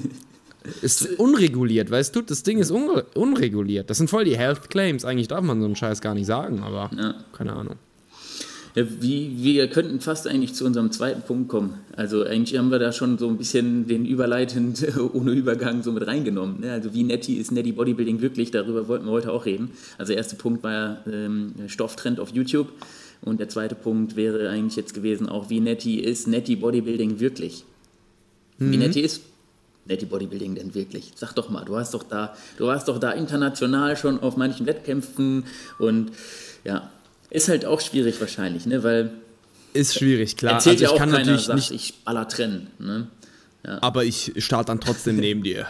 Ist unreguliert, weißt du, das Ding ist un- unreguliert. Das sind voll die Health Claims. Eigentlich darf man so einen Scheiß gar nicht sagen, aber ja. keine Ahnung. Ja, wie, wir könnten fast eigentlich zu unserem zweiten Punkt kommen. Also eigentlich haben wir da schon so ein bisschen den überleitend ohne Übergang so mit reingenommen. Ne? Also wie netty ist Netty Bodybuilding wirklich? Darüber wollten wir heute auch reden. Also der erste Punkt war ja ähm, Stofftrend auf YouTube und der zweite Punkt wäre eigentlich jetzt gewesen auch, wie netty ist Netty Bodybuilding wirklich? Mhm. Wie netty ist Netty Bodybuilding denn wirklich? Sag doch mal, du hast doch da, du warst doch da international schon auf manchen Wettkämpfen und ja, ist halt auch schwierig wahrscheinlich, ne, weil ist schwierig, klar. Erzählt also ja ich auch kann keiner, natürlich sagt, nicht, ich baller trennen, ne? Ja. Aber ich starte dann trotzdem neben dir.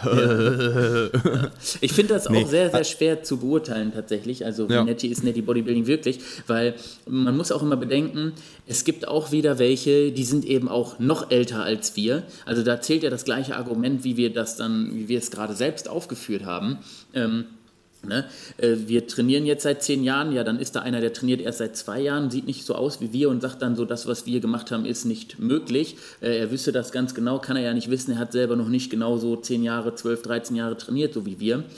Ja. Ich finde das auch nee. sehr, sehr schwer zu beurteilen tatsächlich, also wie ja. netty ist Netty Bodybuilding wirklich, weil man muss auch immer bedenken, es gibt auch wieder welche, die sind eben auch noch älter als wir, also da zählt ja das gleiche Argument, wie wir das dann, wie wir es gerade selbst aufgeführt haben, ähm, Ne? Wir trainieren jetzt seit zehn Jahren, ja, dann ist da einer, der trainiert erst seit zwei Jahren, sieht nicht so aus wie wir und sagt dann so, das, was wir gemacht haben, ist nicht möglich. Er wüsste das ganz genau, kann er ja nicht wissen, er hat selber noch nicht genau so zehn Jahre, zwölf, dreizehn Jahre trainiert, so wie wir.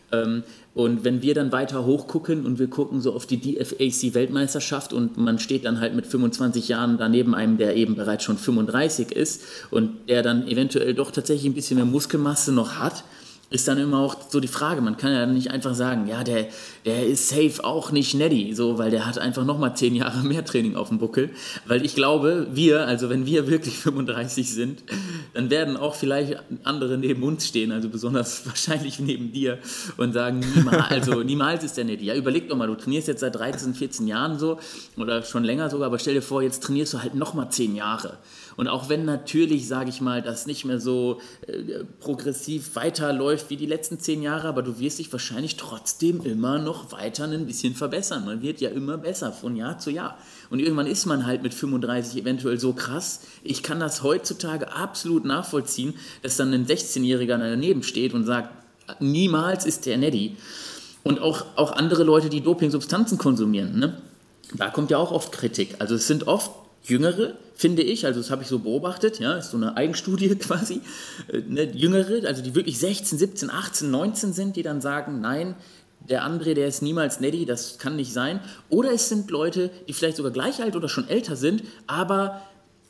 Und wenn wir dann weiter hochgucken und wir gucken so auf die D F A C-Weltmeisterschaft und man steht dann halt mit fünfundzwanzig Jahren daneben einem, der eben bereits schon fünfunddreißig ist und der dann eventuell doch tatsächlich ein bisschen mehr Muskelmasse noch hat, ist dann immer auch so die Frage, man kann ja nicht einfach sagen, ja, der, der ist safe auch nicht netty, so, weil der hat einfach nochmal zehn Jahre mehr Training auf dem Buckel, weil ich glaube, wir, also wenn wir wirklich fünfunddreißig sind, dann werden auch vielleicht andere neben uns stehen, also besonders wahrscheinlich neben dir und sagen, niemals, also niemals ist der netty. Ja, überleg doch mal, du trainierst jetzt seit dreizehn, vierzehn Jahren so oder schon länger sogar, aber stell dir vor, jetzt trainierst du halt nochmal zehn Jahre. Und auch wenn natürlich, sage ich mal, das nicht mehr so äh, progressiv weiterläuft wie die letzten zehn Jahre, aber du wirst dich wahrscheinlich trotzdem immer noch weiter ein bisschen verbessern. Man wird ja immer besser von Jahr zu Jahr. Und irgendwann ist man halt mit fünfunddreißig eventuell so krass. Ich kann das heutzutage absolut nachvollziehen, dass dann ein sechzehnjähriger daneben steht und sagt, niemals ist der netty. Und auch, auch andere Leute, die Dopingsubstanzen konsumieren, ne? Da kommt ja auch oft Kritik. Also es sind oft Jüngere, finde ich, also das habe ich so beobachtet, ja, ist so eine Eigenstudie quasi, äh, ne, Jüngere, also die wirklich sechzehn, siebzehn, achtzehn, neunzehn sind, die dann sagen, nein, der André, der ist niemals netty, das kann nicht sein. Oder es sind Leute, die vielleicht sogar gleich alt oder schon älter sind, aber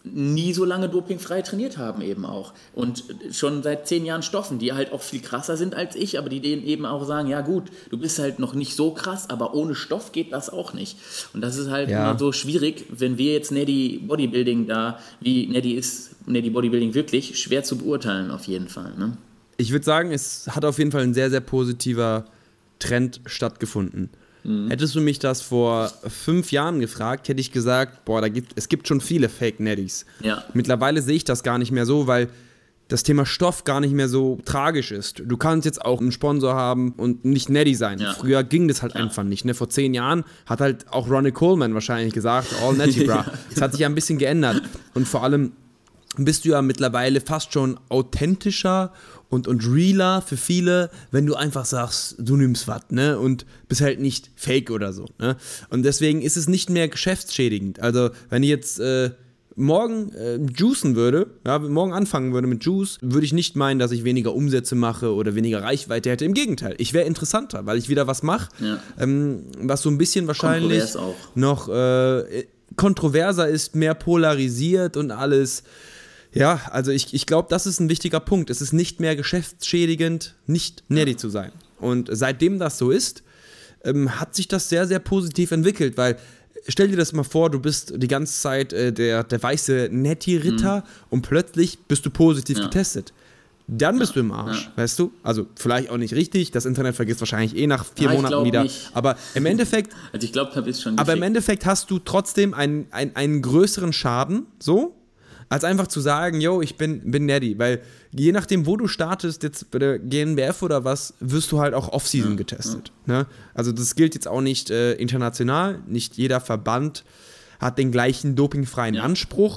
nie so lange dopingfrei trainiert haben eben auch. Und schon seit zehn Jahren stoffen, die halt auch viel krasser sind als ich, aber die denen eben auch sagen, ja gut, du bist halt noch nicht so krass, aber ohne Stoff geht das auch nicht. Und das ist halt Ja. immer so schwierig, wenn wir jetzt Neddy Bodybuilding da, wie Neddy ist, Neddy Bodybuilding wirklich, schwer zu beurteilen auf jeden Fall. Ne? Ich würde sagen, es hat auf jeden Fall ein sehr, sehr positiver Trend stattgefunden. Mhm. Hättest du mich das vor fünf Jahren gefragt, hätte ich gesagt, boah, da gibt, es gibt schon viele Fake-Neddys. Ja. Mittlerweile sehe ich das gar nicht mehr so, weil das Thema Stoff gar nicht mehr so tragisch ist. Du kannst jetzt auch einen Sponsor haben und nicht Neddy sein. Ja. Früher ging das halt Ja. einfach nicht. Ne? Vor zehn Jahren hat halt auch Ronnie Coleman wahrscheinlich gesagt, all Netty, bra. Das hat sich ja ein bisschen geändert. Und vor allem bist du ja mittlerweile fast schon authentischer und, und realer für viele, wenn du einfach sagst, du nimmst was, ne? Und bist halt nicht fake oder so, ne? Und deswegen ist es nicht mehr geschäftsschädigend. Also, wenn ich jetzt äh, morgen äh, juicen würde, ja, morgen anfangen würde mit Juice, würde ich nicht meinen, dass ich weniger Umsätze mache oder weniger Reichweite hätte. Im Gegenteil, ich wäre interessanter, weil ich wieder was mache, Ja. ähm, was so ein bisschen wahrscheinlich Kontrovers auch. noch äh, kontroverser ist, mehr polarisiert und alles. Ja, also ich, ich glaube, das ist ein wichtiger Punkt. Es ist nicht mehr geschäftsschädigend, nicht Neddy zu sein. Und seitdem das so ist, ähm, hat sich das sehr, sehr positiv entwickelt, weil stell dir das mal vor, du bist die ganze Zeit äh, der, der weiße Netty-Ritter mhm. und plötzlich bist du positiv ja. getestet. Dann bist ja. du im Arsch, ja. weißt du? Also vielleicht auch nicht richtig, das Internet vergisst wahrscheinlich eh nach vier ja, Monaten wieder. Nicht. Aber im Endeffekt, also ich glaube, da bist schon aber im Endeffekt hast du trotzdem einen, einen, einen größeren Schaden, so, als einfach zu sagen, yo, ich bin, bin Neddy, weil je nachdem, wo du startest, jetzt bei der G N B F oder was, wirst du halt auch Off-Season ja, getestet. Ja. Ne? Also das gilt jetzt auch nicht äh, international, nicht jeder Verband hat den gleichen dopingfreien ja. Anspruch,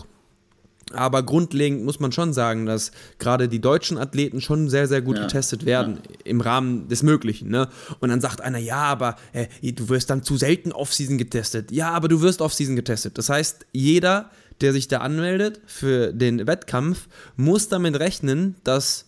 aber grundlegend muss man schon sagen, dass gerade die deutschen Athleten schon sehr, sehr gut ja. getestet werden, ja. im Rahmen des Möglichen. Ne? Und dann sagt einer, ja, aber äh, du wirst dann zu selten Off-Season getestet. Ja, aber du wirst Off-Season getestet. Das heißt, jeder, der sich da anmeldet für den Wettkampf, muss damit rechnen, dass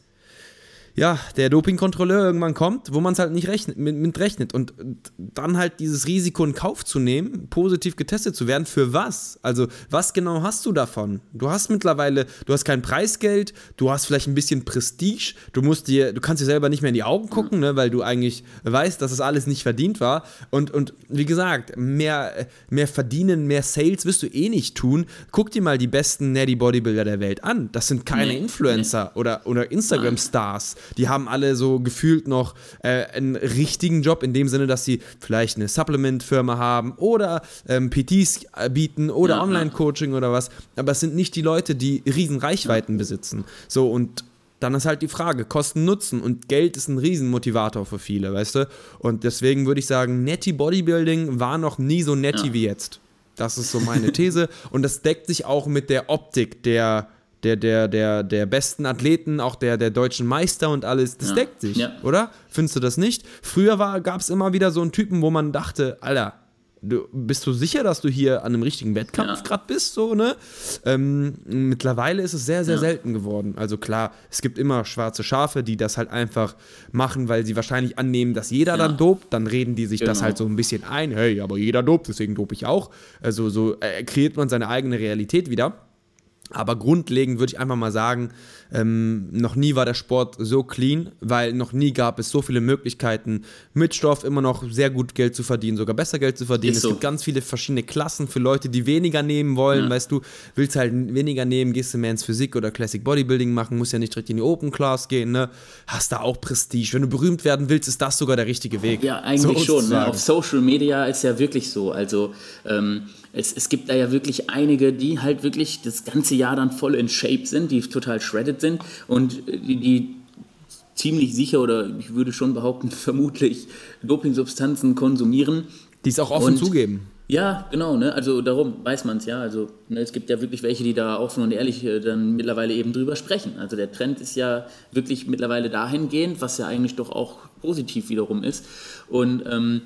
ja, der Dopingkontrolleur irgendwann kommt, wo man es halt nicht rechnet, mit, mit rechnet. Und dann halt dieses Risiko in Kauf zu nehmen, positiv getestet zu werden, für was? Also, was genau hast du davon? Du hast mittlerweile, du hast kein Preisgeld, du hast vielleicht ein bisschen Prestige, du musst dir, du kannst dir selber nicht mehr in die Augen gucken, ne, weil du eigentlich weißt, dass das alles nicht verdient war. Und, und wie gesagt, mehr, mehr verdienen, mehr Sales wirst du eh nicht tun. Guck dir mal die besten Neddy Bodybuilder der Welt an. Das sind keine nee, Influencer nee. oder, oder Instagram-Stars. Die haben alle so gefühlt noch äh, einen richtigen Job, in dem Sinne, dass sie vielleicht eine Supplement-Firma haben oder ähm, P Ts bieten oder ja, Online-Coaching ja. oder was. Aber es sind nicht die Leute, die riesen Reichweiten ja. besitzen. So, und dann ist halt die Frage, Kosten, Nutzen, und Geld ist ein Riesenmotivator für viele, weißt du? Und deswegen würde ich sagen, Netty Bodybuilding war noch nie so netty ja. wie jetzt. Das ist so meine These. Und das deckt sich auch mit der Optik der Der, der, der, der besten Athleten, auch der, der deutschen Meister und alles, das ja. deckt sich, ja. oder? Findest du das nicht? Früher gab es immer wieder so einen Typen, wo man dachte, Alter, du, bist du sicher, dass du hier an einem richtigen Wettkampf ja. gerade bist, so, ne? Ähm, mittlerweile ist es sehr, sehr ja. selten geworden. Also klar, es gibt immer schwarze Schafe, die das halt einfach machen, weil sie wahrscheinlich annehmen, dass jeder ja. dann dopt, dann reden die sich genau. das halt so ein bisschen ein, hey, aber jeder dopt, deswegen dope ich auch. Also so äh, kreiert man seine eigene Realität wieder. Aber grundlegend würde ich einfach mal sagen, ähm, noch nie war der Sport so clean, weil noch nie gab es so viele Möglichkeiten, mit Stoff immer noch sehr gut Geld zu verdienen, sogar besser Geld zu verdienen. So. Es gibt ganz viele verschiedene Klassen für Leute, die weniger nehmen wollen, ja. weißt du, willst halt weniger nehmen, gehst du mehr ins Physik oder Classic Bodybuilding machen, musst ja nicht direkt in die Open Class gehen, ne? Hast da auch Prestige. Wenn du berühmt werden willst, ist das sogar der richtige Weg. Ja, eigentlich so schon. Ne? Auf Social Media ist ja wirklich so, also ähm, Es, es gibt da ja wirklich einige, die halt wirklich das ganze Jahr dann voll in Shape sind, die total shredded sind und die, die ziemlich sicher, oder ich würde schon behaupten, vermutlich Dopingsubstanzen konsumieren. Die es auch offen und, zugeben. Ja, genau, ne? Also darum weiß man es ja. Also ne, es gibt ja wirklich welche, die da offen und ehrlich äh, dann mittlerweile eben drüber sprechen. Also der Trend ist ja wirklich mittlerweile dahingehend, was ja eigentlich doch auch positiv wiederum ist. Und ähm,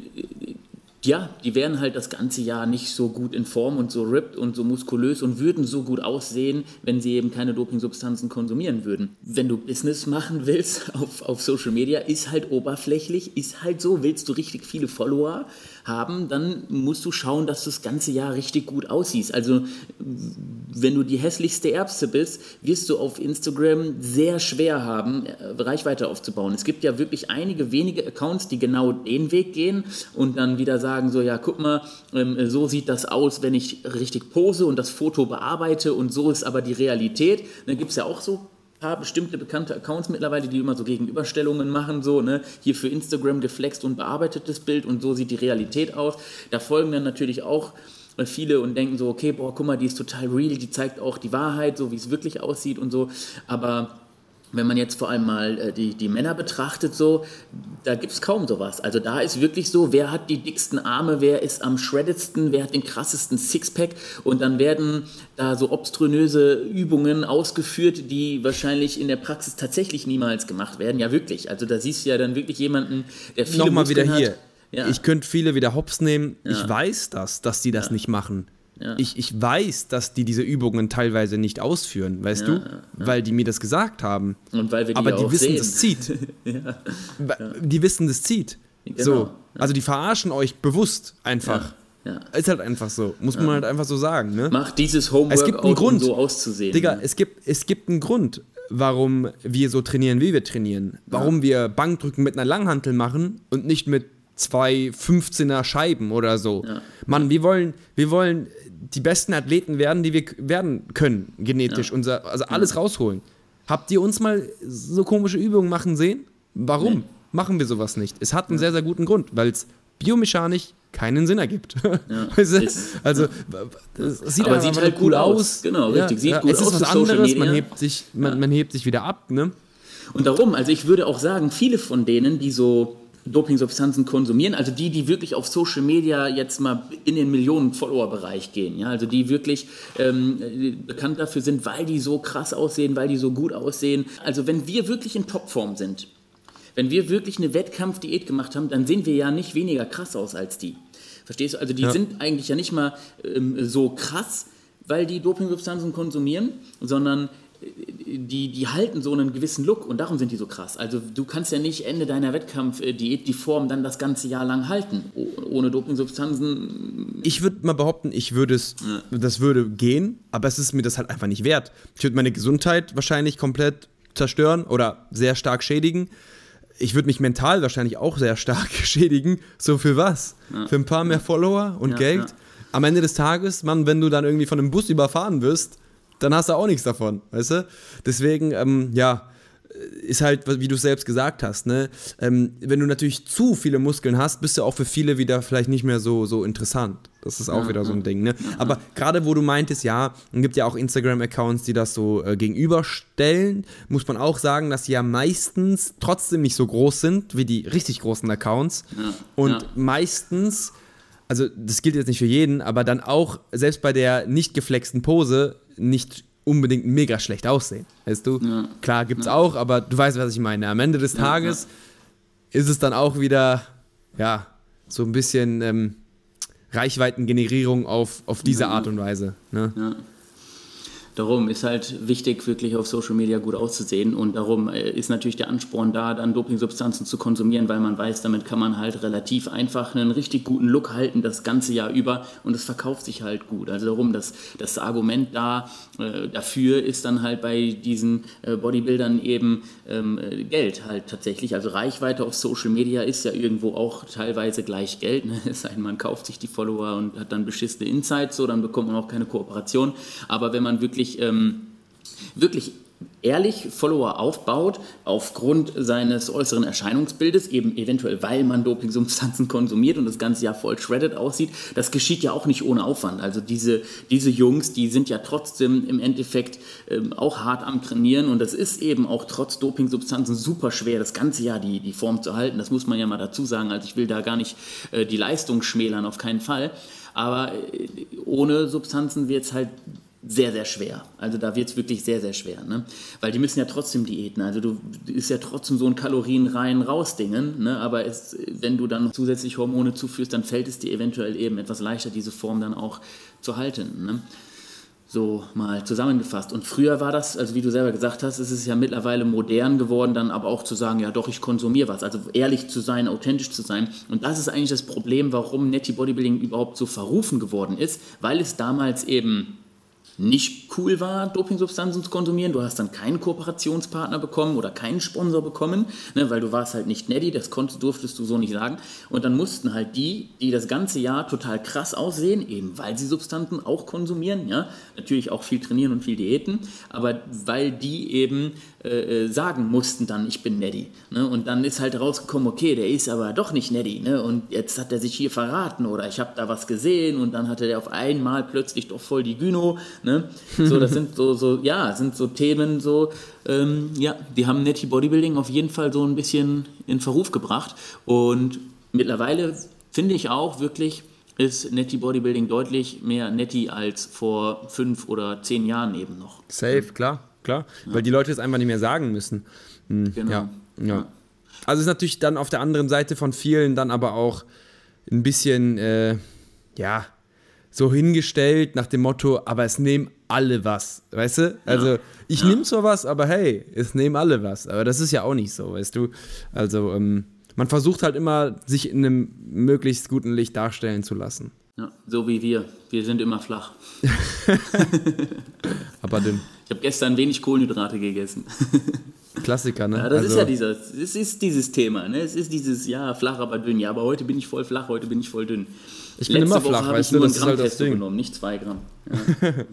ja, die wären halt das ganze Jahr nicht so gut in Form und so ripped und so muskulös und würden so gut aussehen, wenn sie eben keine Dopingsubstanzen konsumieren würden. Wenn du Business machen willst auf, auf Social Media, ist halt oberflächlich, ist halt so, willst du richtig viele Follower haben, dann musst du schauen, dass du das ganze Jahr richtig gut aussiehst. Also wenn du die hässlichste Erbse bist, wirst du auf Instagram sehr schwer haben, Reichweite aufzubauen. Es gibt ja wirklich einige wenige Accounts, die genau den Weg gehen und dann wieder sagen so, ja guck mal, so sieht das aus, wenn ich richtig pose und das Foto bearbeite und so ist aber die Realität. Dann gibt es ja auch so paar bestimmte bekannte Accounts mittlerweile, die immer so Gegenüberstellungen machen, so, ne, hier für Instagram geflext und bearbeitetes Bild und so sieht die Realität aus. Da folgen dann natürlich auch viele und denken so, okay, boah, guck mal, die ist total real, die zeigt auch die Wahrheit, so wie es wirklich aussieht und so, aber wenn man jetzt vor allem mal äh, die, die Männer betrachtet, so, da gibt es kaum sowas. Also da ist wirklich so, wer hat die dicksten Arme, wer ist am shreddedsten, wer hat den krassesten Sixpack und dann werden da so obströnöse Übungen ausgeführt, die wahrscheinlich in der Praxis tatsächlich niemals gemacht werden. Ja, wirklich. Also da siehst du ja dann wirklich jemanden, der viele Nochmal Muskeln wieder hier. hat. Ja. Ich könnte viele wieder hops nehmen. Ja. Ich weiß das, dass die das Ja. nicht machen. Ja. Ich, ich weiß, dass die diese Übungen teilweise nicht ausführen, weißt Ja, du? ja, ja. Weil die mir das gesagt haben. Und weil wir die Aber ja die auch wissen, sehen. das zieht. ja. Die wissen, das zieht. Genau. So. Ja. Also die verarschen euch bewusst einfach. Ja. Ist halt einfach so. Muss man halt einfach so sagen. Ne? Mach dieses Homework, Es gibt einen Grund, um so auszusehen. Digga, es gibt, es gibt einen Grund, warum wir so trainieren, wie wir trainieren. Warum wir Bankdrücken mit einer Langhantel machen und nicht mit zwei fünfzehner Scheiben oder so. Ja. Mann, wir wollen, wir wollen die besten Athleten werden, die wir k- werden können, genetisch. Ja. Unser, also alles rausholen. Habt ihr uns mal so komische Übungen machen sehen? Warum Nee. machen wir sowas nicht? Es hat einen sehr, sehr guten Grund, weil es biomechanisch keinen Sinn ergibt. Weißt du? ist- Also, es sieht Aber einfach sieht nur halt gut aus. Genau, richtig. Sieht gut es ist aus was für Social anderes, man Media. hebt, sich, man, man hebt sich wieder ab, ne? Und darum, also ich würde auch sagen, viele von denen, die so Dopingsubstanzen konsumieren, also die, die wirklich auf Social Media jetzt mal in den Millionen-Follower-Bereich gehen, ja, also die wirklich ähm, bekannt dafür sind, weil die so krass aussehen, weil die so gut aussehen. Also wenn wir wirklich in Topform sind, wenn wir wirklich eine Wettkampfdiät gemacht haben, dann sehen wir ja nicht weniger krass aus als die. Verstehst du? Also die Ja. sind eigentlich ja nicht mal ähm, so krass, weil die Dopingsubstanzen konsumieren, sondern die, die halten so einen gewissen Look und darum sind die so krass. Also du kannst ja nicht Ende deiner Wettkampfdiät die Form dann das ganze Jahr lang halten. Oh, ohne Dopingsubstanzen. Ich würde mal behaupten, ich würde es, das würde gehen, aber es ist mir das halt einfach nicht wert. Ich würde meine Gesundheit wahrscheinlich komplett zerstören oder sehr stark schädigen. Ich würde mich mental wahrscheinlich auch sehr stark schädigen. So für was? Ja. Für ein paar mehr Follower und Ja, Geld? ja. Am Ende des Tages, Mann, wenn du dann irgendwie von einem Bus überfahren wirst, dann hast du auch nichts davon, weißt du? Deswegen, ähm, ja, ist halt, wie du es selbst gesagt hast, ne? Ähm, wenn du natürlich zu viele Muskeln hast, bist du auch für viele wieder vielleicht nicht mehr so, so interessant. Das ist auch Ja, wieder so ja. ein Ding, ne? Aber gerade wo du meintest, ja, es gibt ja auch Instagram-Accounts, die das so äh, gegenüberstellen, muss man auch sagen, dass sie ja meistens trotzdem nicht so groß sind wie die richtig großen Accounts. Ja, Und ja. meistens, also das gilt jetzt nicht für jeden, aber dann auch, selbst bei der nicht geflexten Pose, nicht unbedingt mega schlecht aussehen, weißt du? Ja. Klar, gibt's auch, aber du weißt, was ich meine. Am Ende des Tages ist es dann auch wieder, ja, so ein bisschen ähm, Reichweitengenerierung auf, auf diese Art und Weise. Ne? Ja. Darum ist halt wichtig, wirklich auf Social Media gut auszusehen und darum äh, ist natürlich der Ansporn da, dann Dopingsubstanzen zu konsumieren, weil man weiß, damit kann man halt relativ einfach einen richtig guten Look halten, das ganze Jahr über und es verkauft sich halt gut. Also darum, das, das Argument da äh, dafür ist dann halt bei diesen äh, Bodybuildern eben ähm, äh, Geld halt tatsächlich. Also Reichweite auf Social Media ist ja irgendwo auch teilweise gleich Geld. Ne? Es sei denn, man kauft sich die Follower und hat dann beschissene Insights, so, dann bekommt man auch keine Kooperation. Aber wenn man wirklich Ähm, wirklich ehrlich Follower aufbaut, aufgrund seines äußeren Erscheinungsbildes, eben eventuell, weil man Dopingsubstanzen konsumiert und das ganze Jahr voll shredded aussieht, das geschieht ja auch nicht ohne Aufwand. Also diese, diese Jungs, die sind ja trotzdem im Endeffekt ähm, auch hart am Trainieren und das ist eben auch trotz Dopingsubstanzen super schwer, das ganze Jahr die, die Form zu halten. Das muss man ja mal dazu sagen. Also ich will da gar nicht äh, die Leistung schmälern, auf keinen Fall. Aber äh, ohne Substanzen wird es halt sehr, sehr schwer. Also da wird es wirklich sehr, sehr schwer. Ne? Weil die müssen ja trotzdem Diäten. Also du ist ja trotzdem so ein Kalorien rein raus Dingen. Ne? Aber es, wenn du dann noch zusätzlich Hormone zuführst, dann fällt es dir eventuell eben etwas leichter, diese Form dann auch zu halten. Ne? So mal zusammengefasst. Und früher war das, also wie du selber gesagt hast, ist es ja mittlerweile modern geworden, dann aber auch zu sagen, ja doch, ich konsumiere was. Also ehrlich zu sein, authentisch zu sein. Und das ist eigentlich das Problem, warum Netty Bodybuilding überhaupt so verrufen geworden ist, weil es damals eben nicht cool war, Dopingsubstanzen zu konsumieren. Du hast dann keinen Kooperationspartner bekommen oder keinen Sponsor bekommen, ne, weil du warst halt nicht Netty, das konntest, durftest du so nicht sagen. Und dann mussten halt die, die das ganze Jahr total krass aussehen, eben weil sie Substanzen auch konsumieren, ja, natürlich auch viel trainieren und viel Diäten, aber weil die eben äh, sagen mussten dann, ich bin Netty. Ne, und dann ist halt rausgekommen, okay, der ist aber doch nicht Netty, ne, und jetzt hat er sich hier verraten oder ich habe da was gesehen und dann hatte der auf einmal plötzlich doch voll die Gyno. Ne? So, das sind so, so, ja, sind so Themen, so, ähm, ja, die haben Netty Bodybuilding auf jeden Fall so ein bisschen in Verruf gebracht. Und mittlerweile finde ich auch wirklich, ist Netty Bodybuilding deutlich mehr Netty als vor fünf oder zehn Jahren eben noch. Safe, klar, klar. Ja. Weil die Leute es einfach nicht mehr sagen müssen. Hm, genau. Ja, ja. Also ist natürlich dann auf der anderen Seite von vielen dann aber auch ein bisschen, äh, ja, so hingestellt nach dem Motto, aber es nehmen alle was, weißt du? Also ja. ich ja. nehme zwar was, aber hey, es nehmen alle was. Aber das ist ja auch nicht so, weißt du? Also ähm, man versucht halt immer, sich in einem möglichst guten Licht darstellen zu lassen. Ja, so wie wir. Wir sind immer flach. Aber dünn. Ich habe gestern wenig Kohlenhydrate gegessen. Klassiker, ne? Ja, das also, ist ja dieses, es ist dieses Thema, ne? Es ist dieses, ja, flach, aber dünn. Ja, aber heute bin ich voll flach, heute bin ich voll dünn. Ich bin Letzte immer flach, Woche weißt ich du, nur das ein ist Gramm halt das Testo Ding. genommen, nicht zwei Gramm. Ja, ja.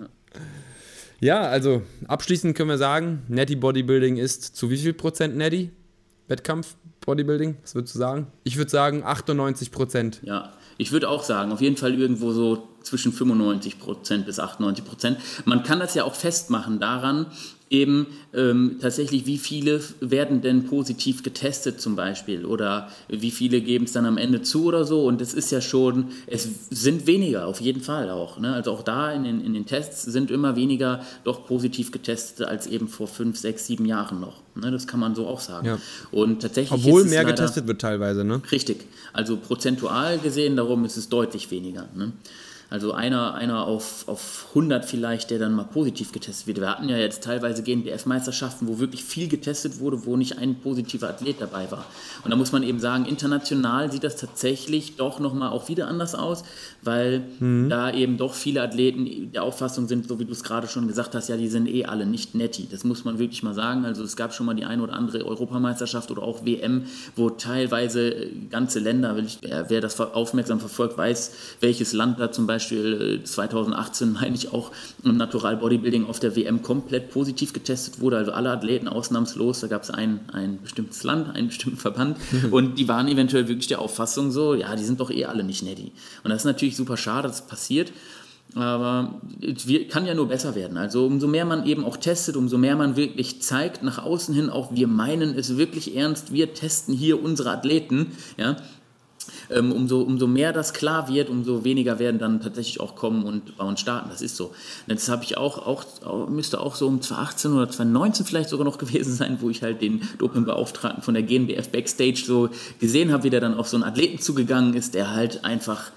Ja, also abschließend können wir sagen, Netty Bodybuilding ist zu wie viel Prozent Netty? Wettkampf Bodybuilding, was würdest du sagen? Ich würde sagen achtundneunzig Prozent. Ja, ich würde auch sagen, auf jeden Fall irgendwo so zwischen fünfundneunzig Prozent bis achtundneunzig Prozent. Man kann das ja auch festmachen daran, eben ähm, tatsächlich, wie viele werden denn positiv getestet zum Beispiel oder wie viele geben es dann am Ende zu oder so, und es ist ja schon, es sind weniger auf jeden Fall auch, ne? Also auch da in den, in den Tests sind immer weniger doch positiv getestet als eben vor fünf, sechs, sieben Jahren noch, ne? Das kann man so auch sagen. Ja. Und tatsächlich Obwohl ist es mehr leider, getestet wird teilweise, ne? Richtig, also prozentual gesehen, darum ist es deutlich weniger, ne? Also einer, einer auf, auf hundert vielleicht, der dann mal positiv getestet wird. Wir hatten ja jetzt teilweise G N B F-Meisterschaften, wo wirklich viel getestet wurde, wo nicht ein positiver Athlet dabei war. Und da muss man eben sagen, international sieht das tatsächlich doch nochmal auch wieder anders aus, weil mhm. da eben doch viele Athleten der Auffassung sind, so wie du es gerade schon gesagt hast, ja, die sind eh alle nicht Netty. Das muss man wirklich mal sagen. Also es gab schon mal die eine oder andere Europameisterschaft oder auch W M, wo teilweise ganze Länder, wer das aufmerksam verfolgt, weiß, welches Land da zum Beispiel zweitausendachtzehn, meine ich, auch im Natural Bodybuilding auf der W M komplett positiv getestet wurde, also alle Athleten ausnahmslos, da gab es ein, ein bestimmtes Land, einen bestimmten Verband und die waren eventuell wirklich der Auffassung so, ja, die sind doch eh alle nicht Netty. Und das ist natürlich super schade, dass das passiert, aber es kann ja nur besser werden. Also umso mehr man eben auch testet, umso mehr man wirklich zeigt nach außen hin, auch wir meinen es wirklich ernst, wir testen hier unsere Athleten, ja, Ähm, umso, umso mehr das klar wird, umso weniger werden dann tatsächlich auch kommen und bei uns starten. Das ist so. Das habe ich auch, auch, müsste auch so um zweitausendachtzehn oder zweitausendneunzehn vielleicht sogar noch gewesen sein, wo ich halt den Dopingbeauftragten von der G N B F Backstage so gesehen habe, wie der dann auf so einen Athleten zugegangen ist, der halt einfach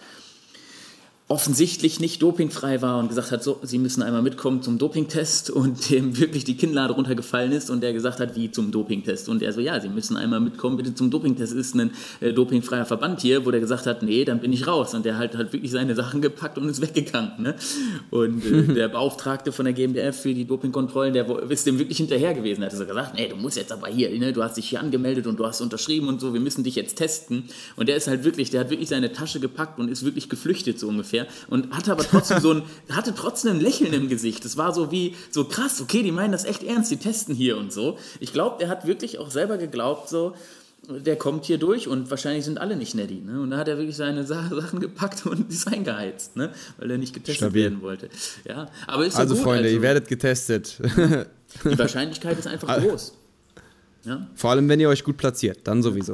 offensichtlich nicht dopingfrei war und gesagt hat, so, Sie müssen einmal mitkommen zum Dopingtest, und dem wirklich die Kinnlade runtergefallen ist und der gesagt hat, wie zum Dopingtest, und er so, ja, Sie müssen einmal mitkommen, bitte zum Dopingtest, es ist ein äh, dopingfreier Verband hier, wo der gesagt hat, nee, dann bin ich raus, und der hat halt wirklich seine Sachen gepackt und ist weggegangen, ne? Und äh, der Beauftragte von der G N B F für die Dopingkontrollen, der ist dem wirklich hinterher gewesen, er hat so gesagt, nee, du musst jetzt aber hier, ne? Du hast dich hier angemeldet und du hast unterschrieben und so, wir müssen dich jetzt testen, und der ist halt wirklich, der hat wirklich seine Tasche gepackt und ist wirklich geflüchtet so ungefähr. Und hatte aber trotzdem so ein, hatte trotzdem ein Lächeln im Gesicht. Das war so wie, so krass, okay, die meinen das echt ernst, die testen hier und so. Ich glaube, der hat wirklich auch selber geglaubt, so, der kommt hier durch und wahrscheinlich sind alle nicht Netty. Ne? Und da hat er wirklich seine Sachen gepackt und ist eingeheizt, ne? Weil er nicht getestet Stabil. werden wollte. Ja, aber ist also ja gut, Freunde, also, ihr werdet getestet. Die Wahrscheinlichkeit ist einfach groß. Ja? Vor allem, wenn ihr euch gut platziert, dann sowieso. Ja,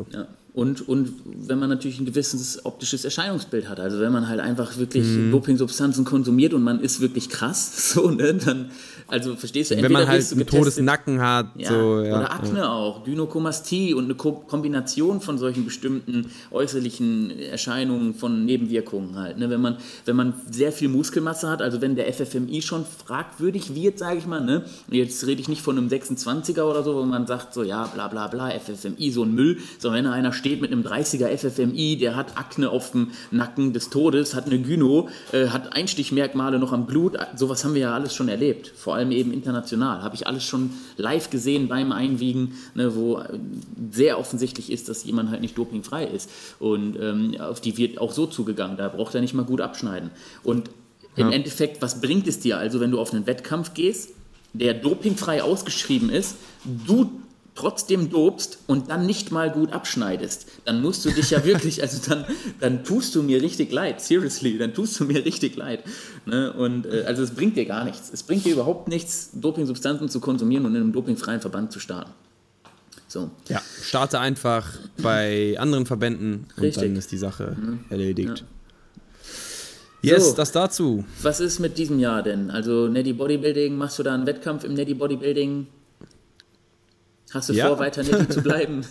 Und, und wenn man natürlich ein gewisses optisches Erscheinungsbild hat, also wenn man halt einfach wirklich mhm. Dopingsubstanzen konsumiert und man ist wirklich krass, so, ne, dann, also verstehst du, entweder wenn man halt einen Todesnacken hat, ja, so, ja, oder Akne ja. auch, Gynokomastie und eine Ko- Kombination von solchen bestimmten äußerlichen Erscheinungen von Nebenwirkungen halt, ne, wenn man, wenn man sehr viel Muskelmasse hat, also wenn der F F M I schon fragwürdig wird, sage ich mal, ne, jetzt rede ich nicht von einem sechsundzwanziger oder so, wo man sagt so, ja, bla bla bla, F F M I, so ein Müll, sondern wenn einer steht mit einem dreißiger F F M I, der hat Akne auf dem Nacken des Todes, hat eine Gyno, äh, hat Einstichmerkmale noch am Blut, sowas haben wir ja alles schon erlebt, vor allem eben international, habe ich alles schon live gesehen beim Einwiegen, ne, wo sehr offensichtlich ist, dass jemand halt nicht dopingfrei ist und ähm, auf die wird auch so zugegangen, da braucht er nicht mal gut abschneiden und im ja. Endeffekt, was bringt es dir also, wenn du auf einen Wettkampf gehst, der dopingfrei ausgeschrieben ist, du trotzdem dopst und dann nicht mal gut abschneidest, dann musst du dich ja wirklich, also dann, dann tust du mir richtig leid, seriously, dann tust du mir richtig leid. Ne? Und äh, also es bringt dir gar nichts. Es bringt dir überhaupt nichts, Dopingsubstanzen zu konsumieren und in einem dopingfreien Verband zu starten. So. Ja, starte einfach bei anderen Verbänden und richtig. Dann ist die Sache mhm. erledigt. Ja. Yes, so, das dazu. Was ist mit diesem Jahr denn? Also Netty Bodybuilding, machst du da einen Wettkampf im Netty Bodybuilding? Hast du ja. vor, weiter Netty zu bleiben?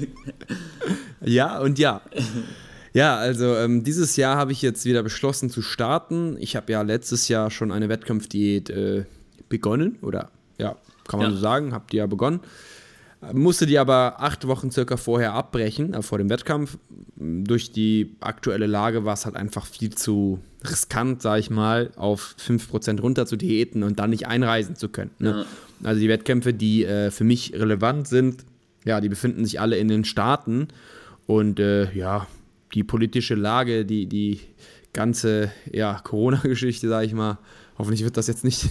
Ja und ja. Ja, also ähm, dieses Jahr habe ich jetzt wieder beschlossen zu starten. Ich habe ja letztes Jahr schon eine Wettkampfdiät äh, begonnen. Oder ja, kann man ja. so sagen, habe die ja begonnen. Musste die aber acht Wochen circa vorher abbrechen, äh, vor dem Wettkampf. Durch die aktuelle Lage war es halt einfach viel zu riskant, sag ich mal, auf fünf Prozent runter zu diäten und dann nicht einreisen zu können. Ne? Ja. Also die Wettkämpfe, die äh, für mich relevant sind, ja, die befinden sich alle in den Staaten. Und äh, ja, die politische Lage, die, die ganze ja, Corona-Geschichte, sag ich mal, hoffentlich wird das jetzt nicht...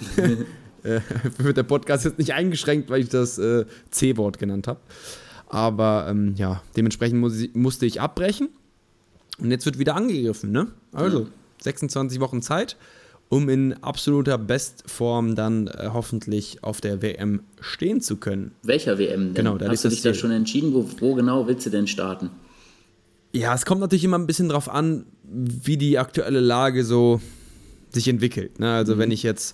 Äh, wird der Podcast jetzt nicht eingeschränkt, weil ich das äh, C-Wort genannt habe. Aber ähm, ja, dementsprechend muss ich, musste ich abbrechen. Und jetzt wird wieder angegriffen, ne? Also mhm. sechsundzwanzig Wochen Zeit, um in absoluter Bestform dann äh, hoffentlich auf der W M stehen zu können. Welcher W M denn? Genau, da hast du dich da schon entschieden? Wo, wo genau willst du denn starten? Ja, es kommt natürlich immer ein bisschen drauf an, wie die aktuelle Lage so sich entwickelt. Ne? Also mhm. wenn ich jetzt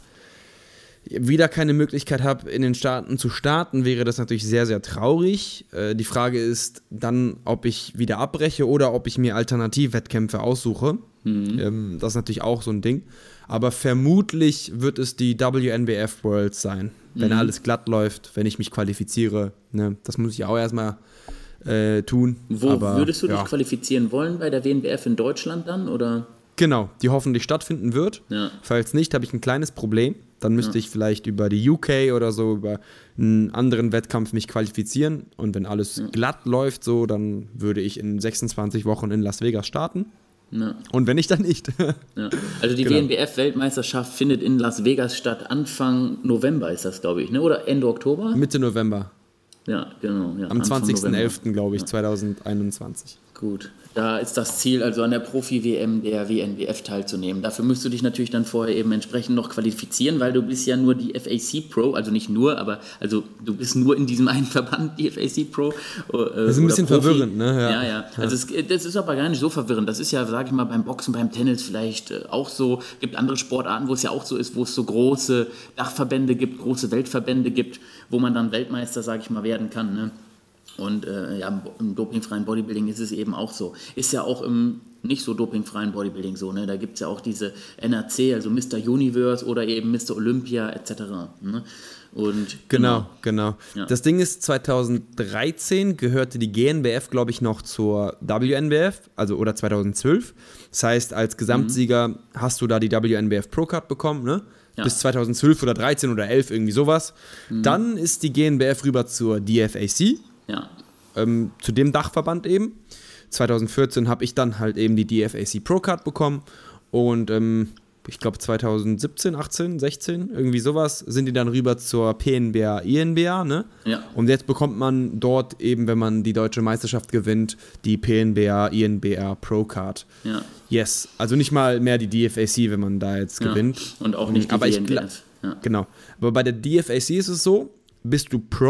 wieder keine Möglichkeit habe, in den Staaten zu starten, wäre das natürlich sehr, sehr traurig. Äh, die Frage ist dann, ob ich wieder abbreche oder ob ich mir Alternativwettkämpfe aussuche. Mhm. Ähm, das ist natürlich auch so ein Ding. Aber vermutlich wird es die W N B F Worlds sein, wenn mhm. alles glatt läuft, wenn ich mich qualifiziere. Ne? Das muss ich auch erstmal äh, tun. Wo Aber, würdest du ja. dich qualifizieren wollen? Bei der W N B F in Deutschland dann, oder? Genau, die hoffentlich stattfinden wird. Ja. Falls nicht, habe ich ein kleines Problem. Dann müsste ja. ich vielleicht über die U K oder so, über einen anderen Wettkampf mich qualifizieren. Und wenn alles ja. glatt läuft, so, dann würde ich in sechsundzwanzig Wochen in Las Vegas starten. Ja. Und wenn nicht, dann nicht. Ja. Also die genau. W N B F-Weltmeisterschaft findet in Las Vegas statt. Anfang November ist das, glaube ich, ne? Oder Ende Oktober? Mitte November. Ja, genau. Ja, am zwanzigsten elften glaube ich, ja. zweitausendeinundzwanzig. Gut, da ist das Ziel, also an der Profi-W M der W N B F teilzunehmen. Dafür müsst du dich natürlich dann vorher eben entsprechend noch qualifizieren, weil du bist ja nur die F A C Pro, also nicht nur, aber also du bist nur in diesem einen Verband, die F A C Pro. Äh, das ist ein bisschen Profi. Verwirrend, ne? Ja, ja. ja. Also es, das ist aber gar nicht so verwirrend. Das ist ja, sag ich mal, beim Boxen, beim Tennis vielleicht äh, auch so. Es gibt andere Sportarten, wo es ja auch so ist, wo es so große Dachverbände gibt, große Weltverbände gibt, wo man dann Weltmeister, sag ich mal, werden kann, ne? Und äh, ja, im dopingfreien Bodybuilding ist es eben auch so. Ist ja auch im nicht so dopingfreien Bodybuilding so. Ne? Da gibt es ja auch diese N R C, also Mister Universe oder eben Mister Olympia et cetera. Ne? Und, genau, genau. genau. Ja. Das Ding ist, zweitausenddreizehn gehörte die G N B F, glaube ich, noch zur W N B F, also oder zweitausendzwölf. Das heißt, als Gesamtsieger mhm. hast du da die W N B F Pro Card bekommen, ne? Ja. Bis zweitausendzwölf oder dreizehn oder elf, irgendwie sowas. Mhm. Dann ist die G N B F rüber zur D F A C. Ja. Ähm, zu dem Dachverband eben. zweitausendvierzehn habe ich dann halt eben die D F A C Pro Card bekommen und ähm, ich glaube zweitausendsiebzehn, achtzehn, sechzehn, irgendwie sowas, sind die dann rüber zur P N B A, I N B A, ne? Ja. Und jetzt bekommt man dort eben, wenn man die deutsche Meisterschaft gewinnt, die P N B A, I N B A Pro Card. Ja. Yes, also nicht mal mehr die D F A C, wenn man da jetzt ja. gewinnt. Und auch nicht die Aber W N B F. Ich, ja. Genau, aber bei der D F A C ist es so, bist du Pro,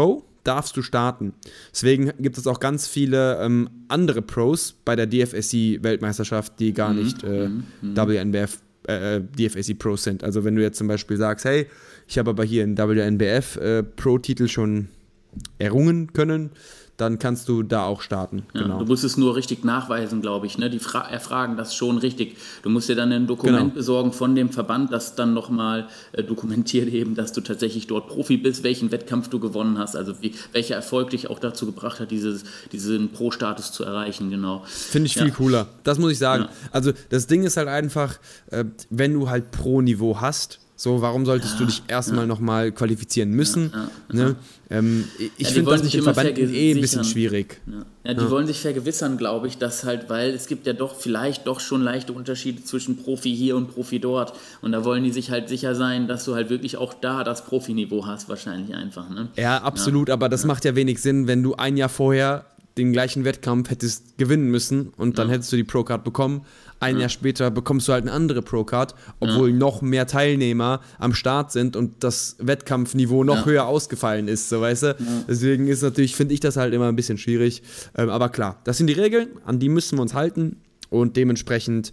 darfst du starten. Deswegen gibt es auch ganz viele ähm, andere Pros bei der D F S C-Weltmeisterschaft, die gar mhm. nicht äh, mhm. W N B F, äh, D F S C Pros sind. Also wenn du jetzt zum Beispiel sagst, hey, ich habe aber hier einen W N B F äh, Pro-Titel schon errungen können, dann kannst du da auch starten. Ja, genau. Du musst es nur richtig nachweisen, glaube ich. Ne? Die fra- erfragen das schon richtig. Du musst dir dann ein Dokument genau. besorgen von dem Verband, das dann nochmal äh, dokumentiert eben, dass du tatsächlich dort Profi bist, welchen Wettkampf du gewonnen hast, also wie, welcher Erfolg dich auch dazu gebracht hat, dieses, diesen Pro-Status zu erreichen. Genau. Finde ich viel ja. cooler. Das muss ich sagen. Ja. Also das Ding ist halt einfach, äh, wenn du halt Pro-Niveau hast, so, warum solltest ja, du dich erstmal ja. nochmal qualifizieren müssen? Ja, ja, ne? ja. Ähm, ich ja, finde das mit den Verbänden eh ein bisschen schwierig. Ja, ja die ja. wollen sich vergewissern, glaube ich, dass halt, weil es gibt ja doch vielleicht doch schon leichte Unterschiede zwischen Profi hier und Profi dort. Und da wollen die sich halt sicher sein, dass du halt wirklich auch da das Profiniveau hast, wahrscheinlich einfach. Ne? Ja, absolut, ja. aber das ja. macht ja wenig Sinn, wenn du ein Jahr vorher den gleichen Wettkampf hättest gewinnen müssen und dann ja. hättest du die Pro-Card bekommen. Ein ja. Jahr später bekommst du halt eine andere Pro-Card, obwohl ja. noch mehr Teilnehmer am Start sind und das Wettkampfniveau noch ja. höher ausgefallen ist, so weißt du. Ja. Deswegen ist natürlich, finde ich das halt immer ein bisschen schwierig. Ähm, aber klar, das sind die Regeln, an die müssen wir uns halten und dementsprechend,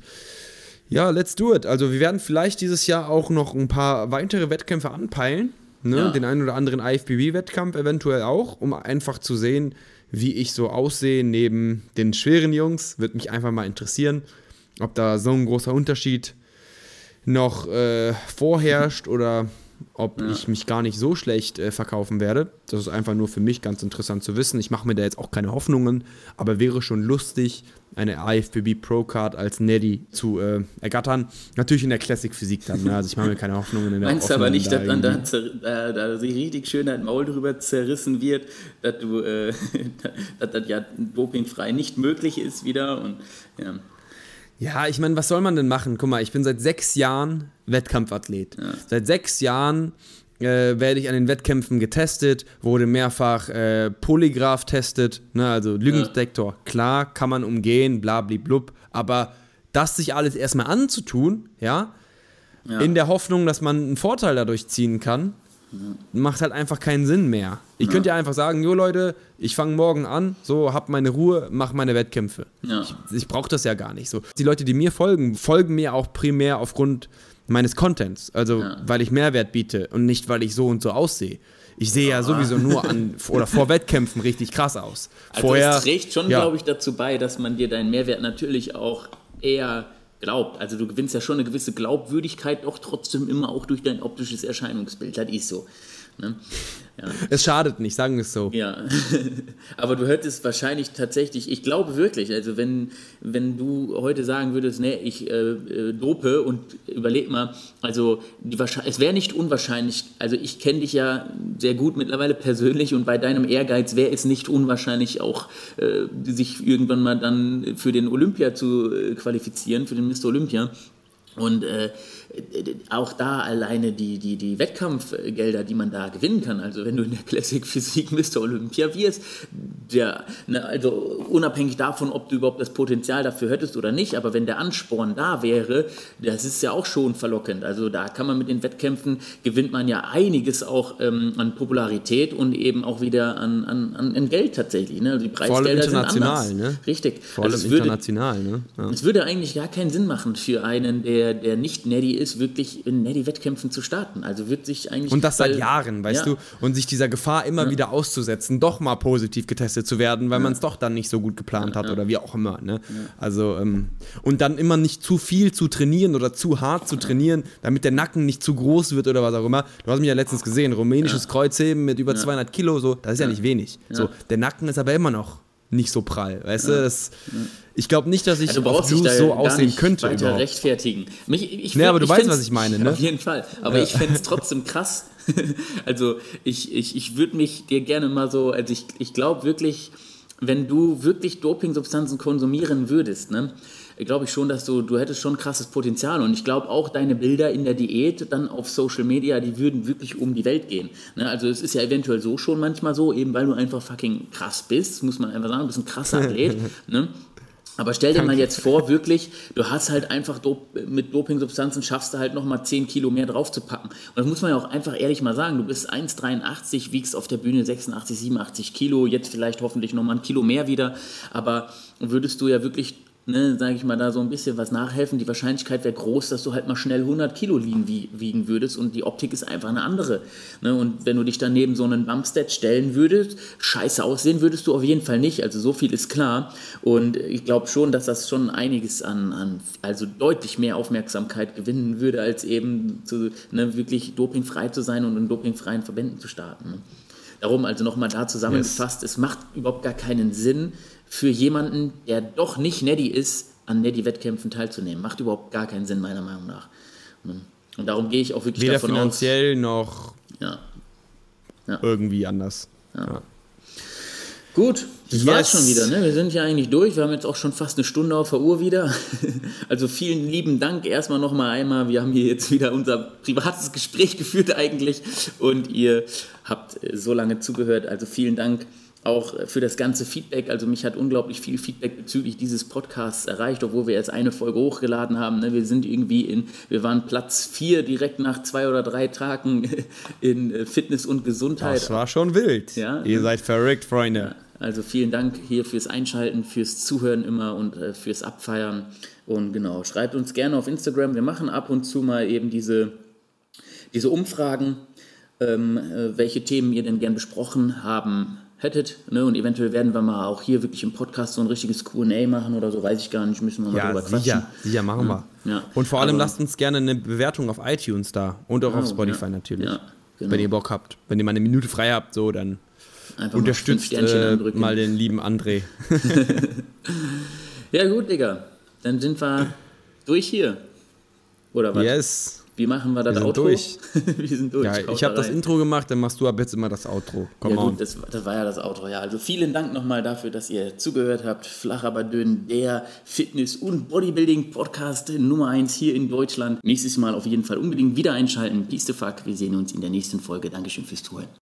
ja, let's do it. Also wir werden vielleicht dieses Jahr auch noch ein paar weitere Wettkämpfe anpeilen, ne? Ja. Den einen oder anderen I F B B-Wettkampf eventuell auch, um einfach zu sehen, wie ich so aussehe neben den schweren Jungs. Würde mich einfach mal interessieren, ob da so ein großer Unterschied noch äh, vorherrscht oder ob ja. ich mich gar nicht so schlecht äh, verkaufen werde. Das ist einfach nur für mich ganz interessant zu wissen. Ich mache mir da jetzt auch keine Hoffnungen, aber wäre schon lustig, eine I F B B Pro Card als Neddy zu äh, ergattern. Natürlich in der Classic Physik dann, ne? Also ich mache mir keine Hoffnungen in der Meinst du aber nicht, da dass dann da, da, da sich richtig schön ein Maul drüber zerrissen wird, dass du äh, dass das ja dopingfrei nicht möglich ist wieder und ja. Ja, ich meine, was soll man denn machen? Guck mal, ich bin seit sechs Jahren Wettkampfathlet. Ja. Seit sechs Jahren äh, werde ich an den Wettkämpfen getestet, wurde mehrfach äh, Polygraph testet, ne, also Lügendetektor. Ja. Klar, kann man umgehen, blablablub, aber das sich alles erstmal anzutun, ja, ja, in der Hoffnung, dass man einen Vorteil dadurch ziehen kann, ja. macht halt einfach keinen Sinn mehr. Ich ja. könnte ja einfach sagen, jo Leute, ich fange morgen an, so, hab meine Ruhe, mach meine Wettkämpfe. Ja. Ich, ich brauche das ja gar nicht so. Die Leute, die mir folgen, folgen mir auch primär aufgrund meines Contents, also ja. weil ich Mehrwert biete und nicht, weil ich so und so aussehe. Ich sehe ja, ja sowieso nur an oder vor Wettkämpfen richtig krass aus. Also Vorher, es trägt schon, ja. glaube ich, dazu bei, dass man dir deinen Mehrwert natürlich auch eher glaubt. Also du gewinnst ja schon eine gewisse Glaubwürdigkeit, doch trotzdem immer auch durch dein optisches Erscheinungsbild. Das ist so. Ne? Ja. Es schadet nicht, sagen wir es so. Ja, aber du hättest wahrscheinlich tatsächlich, ich glaube wirklich, also wenn, wenn du heute sagen würdest, nee, ich äh, dope und überleg mal, also die es wäre nicht unwahrscheinlich, also ich kenne dich ja sehr gut mittlerweile persönlich und bei deinem Ehrgeiz wäre es nicht unwahrscheinlich auch, äh, sich irgendwann mal dann für den Olympia zu äh, qualifizieren, für den Mister Olympia. Und äh, auch da alleine die, die, die Wettkampfgelder, die man da gewinnen kann, also wenn du in der Classic Physik Mister Olympia wirst, der, ne, also unabhängig davon, ob du überhaupt das Potenzial dafür hättest oder nicht, aber wenn der Ansporn da wäre, das ist ja auch schon verlockend. Also da kann man mit den Wettkämpfen, gewinnt man ja einiges auch ähm, an Popularität und eben auch wieder an, an, an Geld tatsächlich. Ne? Also die Preisgelder sind anders. Ne? Richtig. Vor allem also international. Würde, ne? Ja. Es würde eigentlich gar keinen Sinn machen für einen, der, der nicht Neddy ist, wirklich in Neddy-Wettkämpfen zu starten. Also wird sich eigentlich... Und das seit weil, Jahren, weißt ja. du? Und sich dieser Gefahr immer ja. wieder auszusetzen, doch mal positiv getestet zu werden, weil ja. man es doch dann nicht so gut geplant ja, hat ja. oder wie auch immer. Ne? Ja. Also, ähm, und dann immer nicht zu viel zu trainieren oder zu hart zu trainieren, damit der Nacken nicht zu groß wird oder was auch immer. Du hast mich ja letztens gesehen, rumänisches ja. Kreuzheben mit über ja. zweihundert Kilo, so, das ist ja, ja nicht wenig. Ja. So, der Nacken ist aber immer noch nicht so prall, weißt ja. du? Das, ja. Ich glaube nicht, dass ich also auf Juice so aussehen könnte weiter überhaupt. rechtfertigen. Mich, ich, nee, aber du weißt, was ich meine, ne? Auf jeden Fall. Aber ja. ich fände es trotzdem krass. Also ich, ich, ich würde mich dir gerne mal so, also ich, ich glaube wirklich, wenn du wirklich Dopingsubstanzen konsumieren würdest, ne, glaube ich schon, dass du, du hättest schon krasses Potenzial und ich glaube auch deine Bilder in der Diät dann auf Social Media, die würden wirklich um die Welt gehen. Ne? Also es ist ja eventuell so schon manchmal so, eben weil du einfach fucking krass bist, muss man einfach sagen, du bist ein krasser Athlet, ne? Aber stell dir mal jetzt vor, wirklich, du hast halt einfach Dop- mit Dopingsubstanzen schaffst du halt nochmal zehn Kilo mehr draufzupacken. Und das muss man ja auch einfach ehrlich mal sagen. Du bist eins Komma dreiundachtzig, wiegst auf der Bühne sechsundachtzig, siebenundachtzig Kilo, jetzt vielleicht hoffentlich nochmal ein Kilo mehr wieder. Aber würdest du ja wirklich, ne, sage ich mal, da so ein bisschen was nachhelfen, die Wahrscheinlichkeit wäre groß, dass du halt mal schnell hundert Kilo Lean wie, wiegen würdest und die Optik ist einfach eine andere. Ne? Und wenn du dich dann neben so einen Bumpstat stellen würdest, scheiße aussehen würdest du auf jeden Fall nicht, also so viel ist klar und ich glaube schon, dass das schon einiges an, an, also deutlich mehr Aufmerksamkeit gewinnen würde, als eben zu, ne, wirklich dopingfrei zu sein und in dopingfreien Verbänden zu starten. Ne? Darum also nochmal da zusammengefasst, yes. Es macht überhaupt gar keinen Sinn, für jemanden, der doch nicht Neddy ist, an Neddy-Wettkämpfen teilzunehmen. Macht überhaupt gar keinen Sinn, meiner Meinung nach. Und darum gehe ich auch wirklich weder davon aus. Weder finanziell noch ja. Ja. irgendwie anders. Ja. Ja. Gut, das yes. war's schon wieder. Ne? Wir sind ja eigentlich durch. Wir haben jetzt auch schon fast eine Stunde auf der Uhr wieder. Also vielen lieben Dank erstmal nochmal einmal. Wir haben hier jetzt wieder unser privates Gespräch geführt eigentlich und ihr habt so lange zugehört. Also vielen Dank auch für das ganze Feedback. Also mich hat unglaublich viel Feedback bezüglich dieses Podcasts erreicht, obwohl wir jetzt eine Folge hochgeladen haben. Wir sind irgendwie in, wir waren Platz vier direkt nach zwei oder drei Tagen in Fitness und Gesundheit. Das war schon wild. Ja, ihr seid verrückt, Freunde. Ja, also vielen Dank hier fürs Einschalten, fürs Zuhören immer und äh, fürs Abfeiern. Und genau, schreibt uns gerne auf Instagram. Wir machen ab und zu mal eben diese, diese Umfragen, ähm, äh, welche Themen ihr denn gern besprochen haben hättet, ne? Und eventuell werden wir mal auch hier wirklich im Podcast so ein richtiges Q und A machen oder so, weiß ich gar nicht, müssen wir mal ja, drüber quatschen. Sicher, sicher, machen wir. Ja. Und vor allem Aber lasst uns gerne eine Bewertung auf iTunes da und auch oh, auf Spotify ja. natürlich, Ja, genau. wenn ihr Bock habt. Wenn ihr mal eine Minute frei habt, so, dann einfach unterstützt mal, äh, mal den lieben André. Ja gut, Digga, dann sind wir durch hier. Oder was? Yes. Wie machen wir das wir Outro? Durch. Wir sind durch. Ja, ich habe das Intro gemacht, dann machst du ab jetzt immer das Outro. Komm ja, on. gut, das, das war ja das Outro. Ja, also vielen Dank nochmal dafür, dass ihr zugehört habt. Flach aber dünn, der Fitness- und Bodybuilding-Podcast Nummer eins hier in Deutschland. Nächstes Mal auf jeden Fall unbedingt wieder einschalten. Peace the fuck. Wir sehen uns in der nächsten Folge. Dankeschön fürs Zuhören.